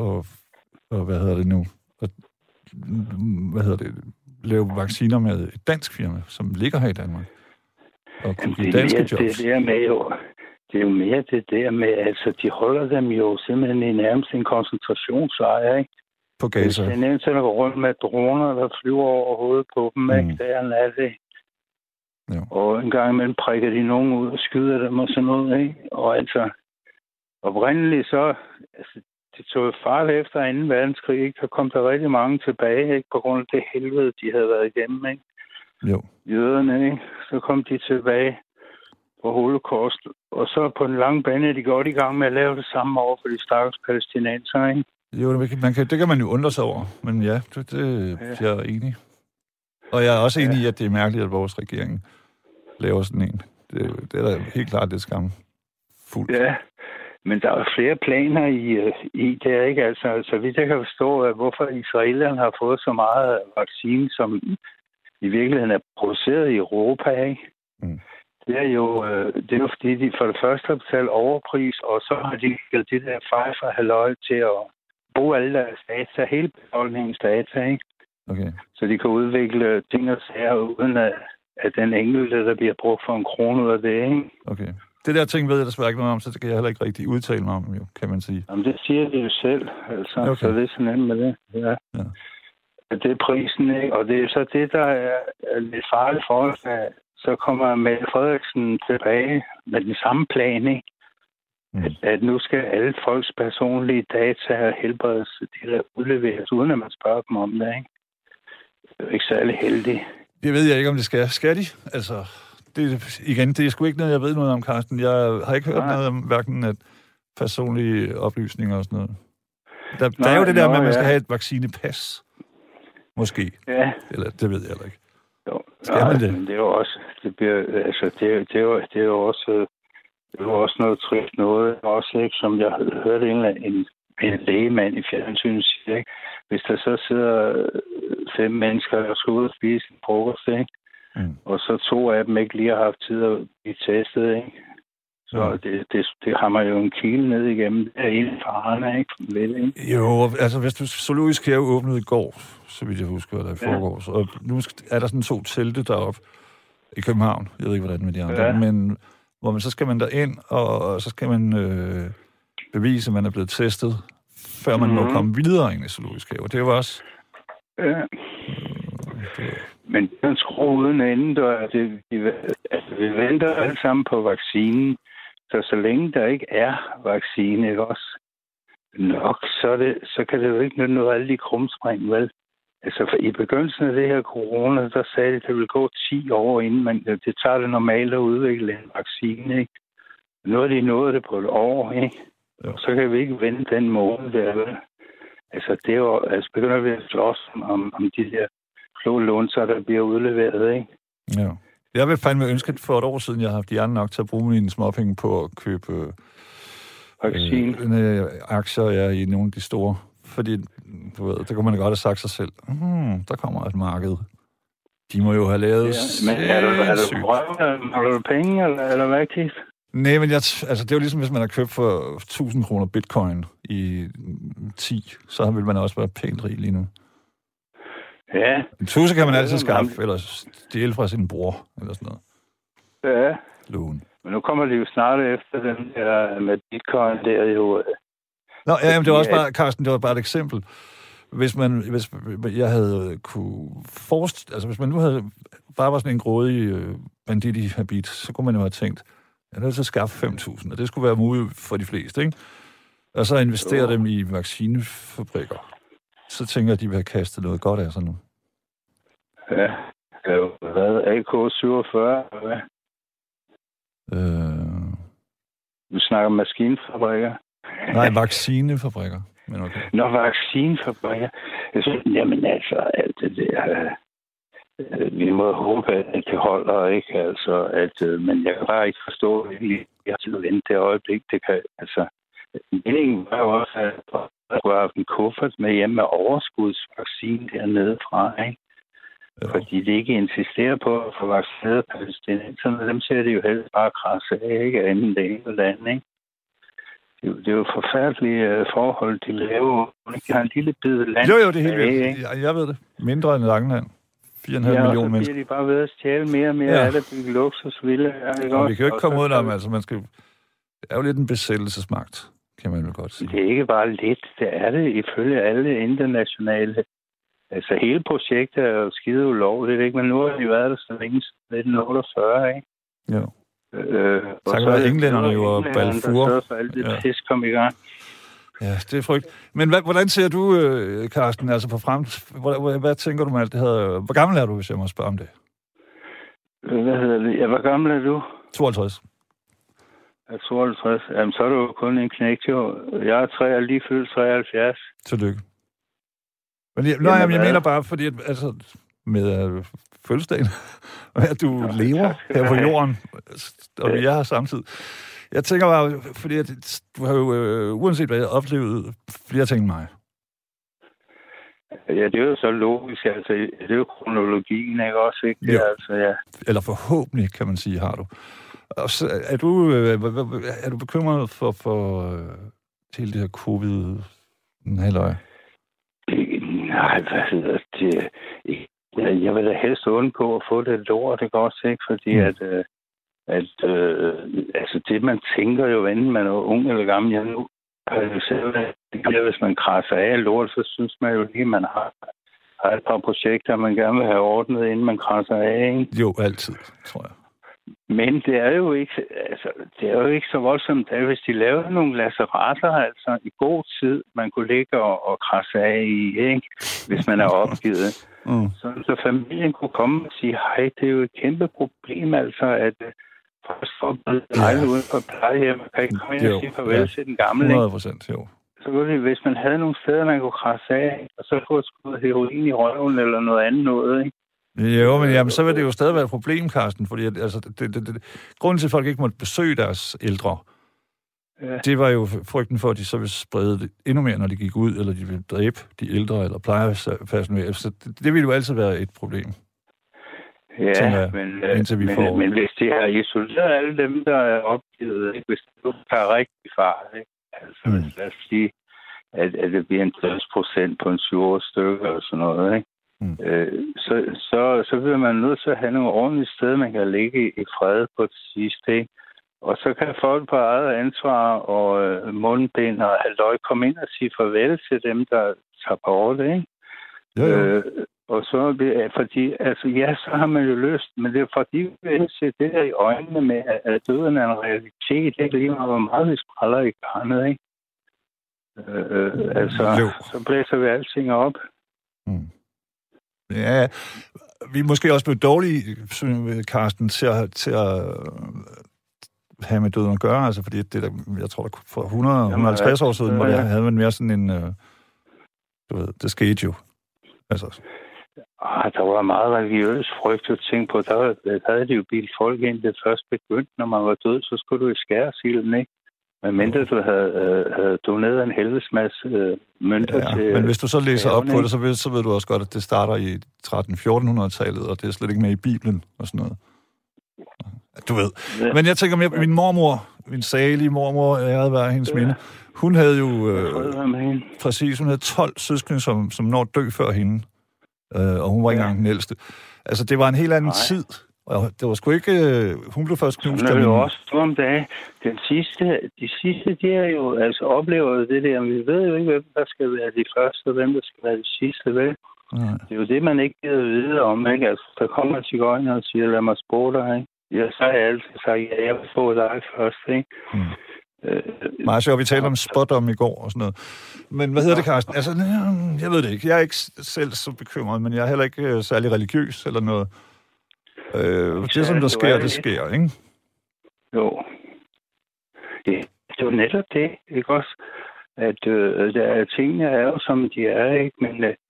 [SPEAKER 2] at lave vacciner med et dansk firma, som ligger her i Danmark. Og kunne give danske jobs.
[SPEAKER 5] Det er jo mere det der med, altså de holder dem jo simpelthen i nærmest en koncentrationslejr, ikke?
[SPEAKER 2] På Gaza.
[SPEAKER 5] Det er nemt til at gå rundt med droner, der flyver over hovedet på dem, ikke? Det er en af det.
[SPEAKER 2] Ja.
[SPEAKER 5] Og en gang imellem prikker de nogen ud og skyder dem og sådan noget, ikke? Og altså, oprindeligt så, altså, det tog jo fart efter 2. verdenskrig, ikke? Der kom der rigtig mange tilbage, ikke? På grund af det helvede, de havde været igennem, ikke?
[SPEAKER 2] Jo.
[SPEAKER 5] Jøderne, ikke? Så kom de tilbage på Holocaust. Og så på den lange bane er de godt i gang med at lave det samme over for de stakkels palæstinenser, ikke?
[SPEAKER 2] Jo, det kan man jo undre sig over. Men ja, det jeg er enig. Og jeg er også enig i, at det er mærkeligt, at vores regering laver sådan en. Det er da helt klart, det er skamfuldt.
[SPEAKER 5] Ja, men der er flere planer i det, ikke? Altså, så vidt jeg kan forstå, at hvorfor israelerne har fået så meget vaccine, som i virkeligheden er produceret i Europa, ikke? Mm. Det er jo fordi, de for det første har betalt overpris, og så har de givet det der Pfizer-halløj til at bruge alle deres data, hele befolkningens data, ikke? Okay. Så de kan udvikle ting og sager, uden at den enkelte, der bliver brugt for 1 krone ud af det, ikke? Okay.
[SPEAKER 2] Det der ting ved jeg desværre ikke noget om, så det kan jeg heller ikke rigtig udtale mig om, jo, kan man sige.
[SPEAKER 5] Jamen, det siger de jo selv, altså. Okay. Så det er sådan nemt med det, ja. Det er prisen, ikke? Og det er så det, der er lidt farligt for os, at så kommer Mette Frederiksen tilbage med den samme plan, ikke? At nu skal alle folks personlige data og helbredes, de der udleveres, uden at man spørger dem om det, ikke? Det er ikke særlig heldigt.
[SPEAKER 2] Det ved jeg ikke, om det skal. Skal de? Altså, det er sgu ikke noget, jeg ved noget om, Carsten. Jeg har ikke hørt noget om hverken at personlige oplysninger og sådan noget. Der er jo det der med, at man skal have et vaccinepas. Måske. Ja. Eller det ved jeg heller ikke.
[SPEAKER 5] Jo. Skal man det? Men det er jo også, det er jo også noget trist noget. Også ikke, som jeg hørte en lægemand i fjernsynet sige, ikke? Hvis der så sidder 5 mennesker, der skal ud og spise en frokost, ikke? Og så 2 af dem ikke lige har haft tid at blive testet, ikke? Så det hammer jo en kile ned igennem. Det er en farerne, ikke?
[SPEAKER 2] Jo, altså hvis du Zoologisk Have åbnede i går, så vidt jeg husker, der i forgårs, og nu er der sådan 2 telte deroppe i København. Jeg ved ikke, hvordan med de andre, men hvor man så skal man derind, og så skal man bevise, at man er blevet testet, før man må komme videre ind i Zoologisk Have. Det er jo også...
[SPEAKER 5] Ja. Men det er en skrue uden ende, vi venter alle sammen på vaccinen. Så længe der ikke er vaccine, ikke også nok, så kan det jo ikke nytte noget af alle de krumspring, vel? Altså, for i begyndelsen af det her corona, der sagde de, at det ville gå 10 år, inden det tager det normalt at udvikle en vaccine, ikke? Nu har de nået det på et år, ikke? Og så kan vi ikke vente den måned der, vel? Altså, det er jo, altså begynder vi at slås om de der kloge lunser, der bliver udleveret, ikke?
[SPEAKER 2] Ja. Jeg vil fandme ønske, at for et år siden, jeg har haft hjernen nok til at bruge mine småpenge på at købe aktier i nogle af de store. Fordi, du ved, det kunne man godt have sagt sig selv. Der kommer et marked. De må jo have lavet...
[SPEAKER 5] Ja, men er du prøvet? Har du penge, eller hvad, Keith?
[SPEAKER 2] Nej, men det er jo ligesom, hvis man har købt for 1.000 kroner bitcoin i 10, så vil man også være pænt rig lige nu.
[SPEAKER 5] Ja.
[SPEAKER 2] En tusse kan man altid skaffe, eller stjæle fra sin bror, eller sådan noget.
[SPEAKER 5] Ja.
[SPEAKER 2] Lån.
[SPEAKER 5] Men nu kommer de jo snart efter den der med bitcoin, det er jo...
[SPEAKER 2] Nå, ja, men det var også bare, Carsten, det var bare et eksempel. Hvis jeg havde kunne hvis man nu havde bare var sådan en grådig bandit i habit, så kunne man jo have tænkt, jeg er nødt til at skaffe 5.000, og det skulle være muligt for de fleste, ikke? Og så investere dem i vaccinefabrikker. Så tænker jeg, at de vil have kastet noget godt af sig nu.
[SPEAKER 5] Ja, det er jo været AK-47, eller hvad? Du snakker om maskinfabrikker?
[SPEAKER 2] Nej, vaccinefabrikker. Men okay.
[SPEAKER 5] Nå, vaccinefabrikker. Jamen altså, alt det der... vi må håbe, at det holder, ikke? Altså, men jeg kan bare ikke forstå, at jeg har til at vente det øjeblik. Det kan, altså, meningen var jo også, at jeg skulle have en kuffert med hjem med overskudsvaccine dernede fra, ikke? Ja. Fordi de ikke insisterer på at få vaccineret palæstinenserne. Dem ser det jo helst bare krasse af, ikke? Anden det ene eller andet, ikke? Det er jo forfærdelige forhold, de laver. De har en lille bid land.
[SPEAKER 2] Jo, det er helt vildt. Jeg ved det. Mindre end Langeland. 4,5 millioner mennesker. Ja, så bliver
[SPEAKER 5] de bare ved at stjæle mere og mere af det, bygge luksusville.
[SPEAKER 2] Og vi kan jo ikke komme ud af dem, altså man skal... Det er jo lidt en besættelsesmagt, kan man vel godt sige.
[SPEAKER 5] Det er ikke bare lidt, det er det ifølge alle internationale. Altså hele projektet er jo skide ulovligt, ikke? Men nu har de været der så længe 1948, ikke?
[SPEAKER 2] Jo. Så kan være englænderne jo og Balfour.
[SPEAKER 5] Så alt det pis kom i gang.
[SPEAKER 2] Ja, det er frygteligt. Men hvordan ser du, Carsten, altså på fremtiden? Hvad tænker du med alt det her? Hvor gammel er du, hvis jeg må spørge om det?
[SPEAKER 5] Hvad hedder det? Ja, hvor gammel er du?
[SPEAKER 2] 52.
[SPEAKER 5] Jeg er 52. Jamen, så er du jo kun en knægt, jo. Jeg er lige fyldt 73.
[SPEAKER 2] Tillykke. Men jeg mener bare, fordi altså, med fødselsdagen, at du lever her på jorden, og vi er her samtidig. Jeg tænker bare, fordi du har jo uanset hvad, oplevet flere ting end mig.
[SPEAKER 5] Ja, det er jo så logisk, altså. Det er jo kronologien, ikke også, ikke? Det, altså, ja.
[SPEAKER 2] Eller forhåbentlig, kan man sige, har du. Og så, er du bekymret for hele det her covid-halløj?
[SPEAKER 5] Nej, hvad hedder det? Jeg vil da helst undgå at få det lort, det går også, ikke? Fordi altså det, man tænker jo, enten man er ung eller gammel, jeg nu har jo selv, hvis man krasser af lort, så synes man jo lige, man har et par projekter, man gerne vil have ordnet, inden man krasser af, ikke?
[SPEAKER 2] Jo, altid, tror jeg.
[SPEAKER 5] Men det er jo ikke så voldsomt, at hvis de laver nogle laserater, altså i god tid, man kunne ligge og krasse af i, ikke? Hvis man er opgivet. Så familien kunne komme og sige, hej, det er jo et kæmpe problem, altså, at først får lejlighed uden for plejehjem, man kan ikke komme ind og sige farvel til den gamle,
[SPEAKER 2] 100%, jo.
[SPEAKER 5] Så kunne det, hvis man havde nogle steder, man kunne krasse af, og så kunne skudt heroin i røven eller noget andet noget, ikke?
[SPEAKER 2] Jo, men jamen, så vil det jo stadig være et problem, Carsten, fordi altså, grunden til, at folk ikke måtte besøge deres ældre, det var jo frygten for, at de så ville sprede det endnu mere, når de gik ud, eller de ville dræbe de ældre, eller plejepersonale. Så det ville jo altid være et problem.
[SPEAKER 5] Ja, men hvis de har isoleret alle dem, der er opgivet, ikke? Hvis det tager rigtig far, ikke? Altså, lad os sige, at det bliver en 60% på en 7 stykke, eller sådan noget, ikke? Så vil man nødt til at have nogle ordentlige steder, man kan ligge i fred på det sidste, ikke? Og så kan folk på eget ansvar og mundbind og halløj komme ind og sige farvel til dem, der tager bort, ikke? Jo. Og så fordi, altså ja, så har man jo løst, men det er fordi, vi vil se det der i øjnene med, at døden er en realitet, ikke lige meget, hvor meget vi spræller i garnet, ikke? Så blæser vi alting op.
[SPEAKER 2] Ja, vi er måske også blevet dårlige, Carsten, til at have med døden at gøre, altså fordi det der, jeg tror, der for 150 år siden, havde man mere sådan en, du ved, det skete jo. Altså.
[SPEAKER 5] Der var meget religiøs frygt at tænke på. Der havde de jo bildt folk ind, det først begyndte, når man var død, så skulle du i skæresilden, ikke? Men mindre du havde doneret en helvedes masse mønter til... Men
[SPEAKER 2] hvis du så læser op på det, så ved du også godt, at det starter i 1300-1400-tallet, og det er slet ikke med i Bibelen og sådan noget. Du ved. Ja. Men jeg tænker mere på min mormor, min salige mormor, jeg havde været hendes minde. Hun havde jo... præcis, hun havde 12 søskende, som når at dø før hende. Og hun var ikke engang den ældste. Altså, det var en helt anden tid. Og det var sgu ikke... hun blev først knust.
[SPEAKER 5] Hun er jo også om dagen. De sidste, de er jo altså oplevet det der. Vi ved jo ikke, hvem der skal være de første, og hvem der skal være de sidste, vel? Det er jo det, man ikke gider vide om, ikke? Altså, der kommer cigøjner og siger, lad mig spørge dig, ikke? Ja, så har jeg altid sagt, ja, jeg vil få dig først, ikke?
[SPEAKER 2] Meget sjovt, vi talte om spådom i går og sådan noget. Men hvad hedder det, Carsten? Altså, jeg ved det ikke. Jeg er ikke selv så bekymret, men jeg er heller ikke særlig religiøs eller noget. Det, som der sker, det sker, ikke?
[SPEAKER 5] Jo. Det er jo netop det, ikke også? At tingene er jo, som de er, ikke?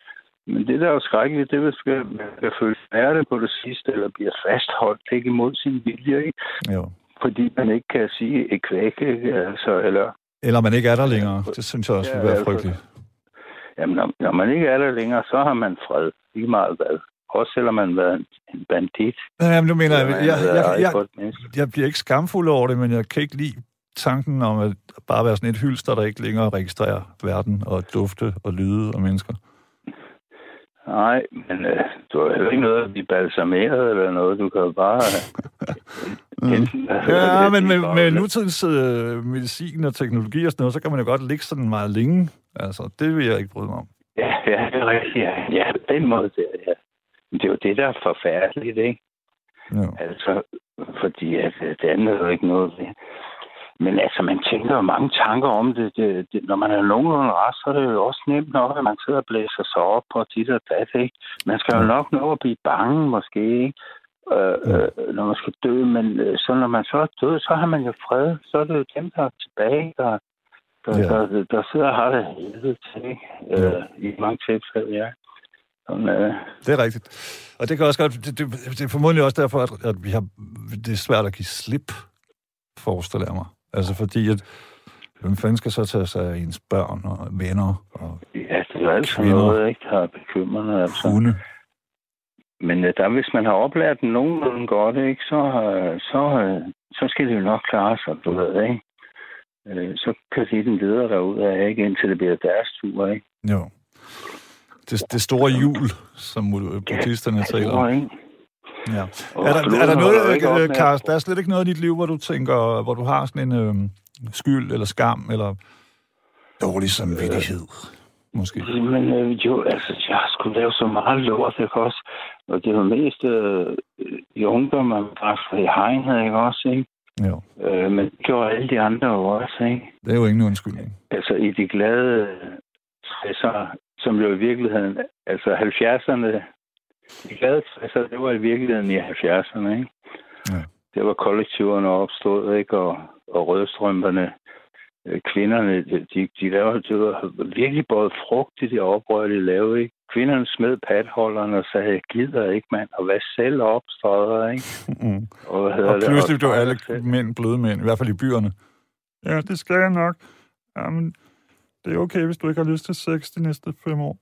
[SPEAKER 5] Men det, der er jo skrækkeligt, det er, at man kan føle smerte på det sidste, eller bliver fastholdt, ikke imod sin vilje, ikke?
[SPEAKER 2] Jo.
[SPEAKER 5] Fordi man ikke kan sige et kvæk, ikke? Altså,
[SPEAKER 2] eller man ikke er der længere. Det synes jeg også vil være frygteligt.
[SPEAKER 5] Jamen, når man ikke er der længere, så har man fred. Lige meget hvad. Også selvom man har været en bandit.
[SPEAKER 2] Jamen, du mener, jeg bliver ikke skamfuld over det, men jeg kan ikke lide tanken om at bare være sådan et hylster, der ikke længere registrerer verden og dufte og lyde og mennesker.
[SPEAKER 5] Nej, men du har jo ikke noget at blive balsameret eller noget. Du kan jo bare...
[SPEAKER 2] Ja, men med nutidens medicin og teknologi og sådan noget, så kan man jo godt ligge sådan meget længe. Altså, det vil jeg ikke bryde mig om.
[SPEAKER 5] Ja, det er rigtigt. Ja, på den måde der, ja. Men det er jo det, der er forfærdeligt, ikke?
[SPEAKER 2] Ja.
[SPEAKER 5] Altså, fordi at det andet er jo ikke noget ved. Men altså, man tænker jo mange tanker om det. Når man er nogenlunde rask, så er det jo også nemt nok, at man sidder og blæser sig op på dit og dat, ikke? Man skal jo nok nå at blive bange, måske, ikke? Når man skal dø, men så når man så er død, så har man jo fred. Så er det jo dem, der er tilbage, der sidder og har det helvede til, ikke? I mange tilfælde, ja.
[SPEAKER 2] Det er rigtigt. Og det kan også godt... Det er formodentlig også derfor, at det er svært at give slip, forestiller jeg mig. Altså fordi, at hvem fanden skal så tage sig af ens børn og venner og
[SPEAKER 5] ja, det er jo altid noget, ikke, der er bekymrende. Altså.
[SPEAKER 2] Hunde.
[SPEAKER 5] Men hvis man har oplært den nogenlunde godt, ikke, så skal det jo nok klare sig, du ved, ikke? Så kan de den videre derudad, ikke, indtil det bliver deres tur, ikke?
[SPEAKER 2] Jo. Det store jul, som buddhisterne taler om. Ja. Er der noget, Karsten, der er slet ikke noget i dit liv, hvor du tænker, hvor du har sådan en skyld eller skam eller dårlig samvittighed, måske?
[SPEAKER 5] Men jo, altså, jeg skulle lave så meget lort, ikke også? Og det var mest i ungdommen, man bare i hegnet, ikke også, ikke?
[SPEAKER 2] Jo.
[SPEAKER 5] Men det gjorde alle de andre også, ikke?
[SPEAKER 2] Det er jo ingen undskyldning.
[SPEAKER 5] Altså, i de glade 60'ere, som jo i virkeligheden, altså 70'erne, de glade 60'ere, det var i virkeligheden i 70'erne, ikke? Ja. Det var kollektiverne opstået, ikke? Og rødstrømperne, kvinderne, de lavede, det var virkelig både frugt i det oprør, de lavede, ikke? Kvinderne smed patholderne og sagde, jeg gider ikke, mand, og hvad selv opstøder, ikke?
[SPEAKER 2] Mm. Og pludselig blev alle mænd bløde mænd, i hvert fald i byerne. Ja, det skal jeg nok. Jamen, det er okay, hvis du ikke har lyst til sex de næste 5 år.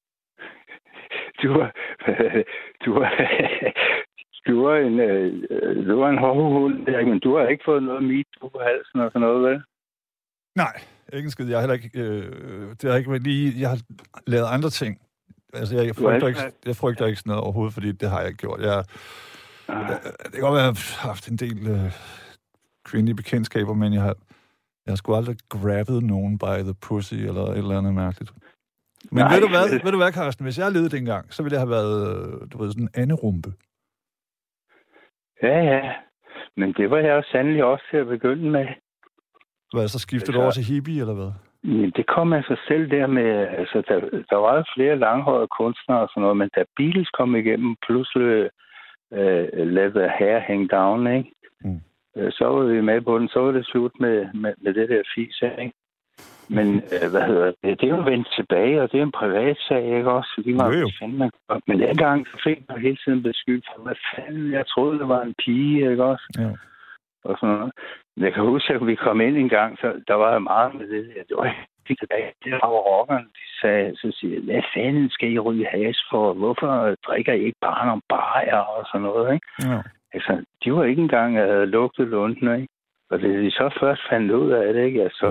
[SPEAKER 5] Du var en hårdhund, men du har ikke fået noget MeToo på halsen og sådan noget, vel?
[SPEAKER 2] Nej, ikke en skid. Jeg har heller ikke... det har ikke været lige... Jeg har lavet andre ting. Altså, jeg frygter ikke sådan noget overhovedet, fordi det har jeg ikke gjort. Det kan godt være, at jeg har haft en del kvindelige bekendtskaber, men jeg har sgu aldrig grabbet nogen by the pussy eller et eller andet mærkeligt. Men ved du hvad, Karsten? Hvis jeg levede dengang, så ville jeg have været, du ved, sådan en anderumpe.
[SPEAKER 5] Ja. Men det var jeg jo sandelig også til at begynde med.
[SPEAKER 2] Hvad, så skiftede du over til hippie, eller hvad?
[SPEAKER 5] Men det kom af sig selv der med, altså der var jo flere langhårede kunstnere og sådan noget, men da Beatles kom igennem, pludselig Let the Hair Hang Down, ikke? Mm. Så var vi med på den, så var det slut med det der fis, ikke? Men det er jo vendt tilbage, og det er en privat sag, ikke også? Fordi men dengang så fik man hele tiden beskyldt for, hvad fanden, jeg troede, det var en pige, ikke også? Ja. Og sådan noget. Jeg kan huske, at vi kom ind en gang, så der var meget med det. Det var helt tilbage. Det var rockerne, de sagde, så siger hvad fanden skal I ryge has for? Hvorfor drikker I ikke bare nogle bajer og sådan noget, ikke? Ja. Altså, de var ikke engang lugtet lunden, ikke? Og det de så først fandt ud af det, ikke? Altså,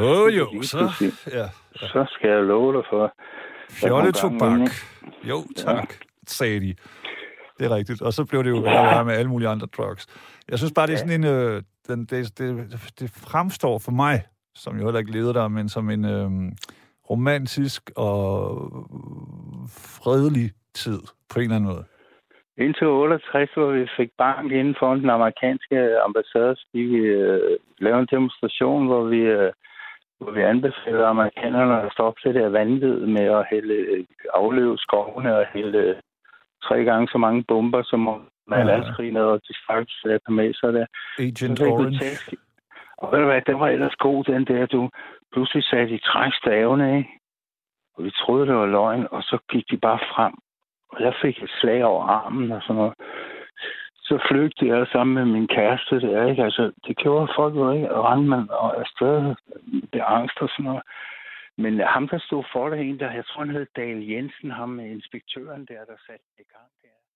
[SPEAKER 5] så skal jeg love dig for.
[SPEAKER 2] Fjolletobak. Jo, tak, sagde de. Det er rigtigt. Og så blev det jo med alle mulige andre drugs. Jeg synes bare, det er sådan en... Det fremstår for mig, som jo heller ikke levede der, men som en romantisk og fredelig tid på en eller anden måde.
[SPEAKER 5] Indtil 68, hvor vi fik bank inden for den amerikanske ambassade, vi lavede en demonstration, hvor vi anbefalede amerikanerne at stoppe det der vanvid med at afleve skovene og hælde 3 gange så mange bomber, som man landskrig og de faktisk på med sig der.
[SPEAKER 2] Agent Orange.
[SPEAKER 5] Og ved du hvad, den var ellers god, den der, du pludselig sagde de træk stavene, ikke? Og vi troede, det var løgn, og så gik de bare frem. Og jeg fik et slag over armen og sådan noget. Så flygtede jeg sammen med min kæreste der, ikke? Altså, det gjorde folk jo ikke. Randmand og afsted. Det angst og sådan noget. Men ham, der stod for det, jeg tror, han hed Dahl Jensen, ham med inspektøren der satte i gang der.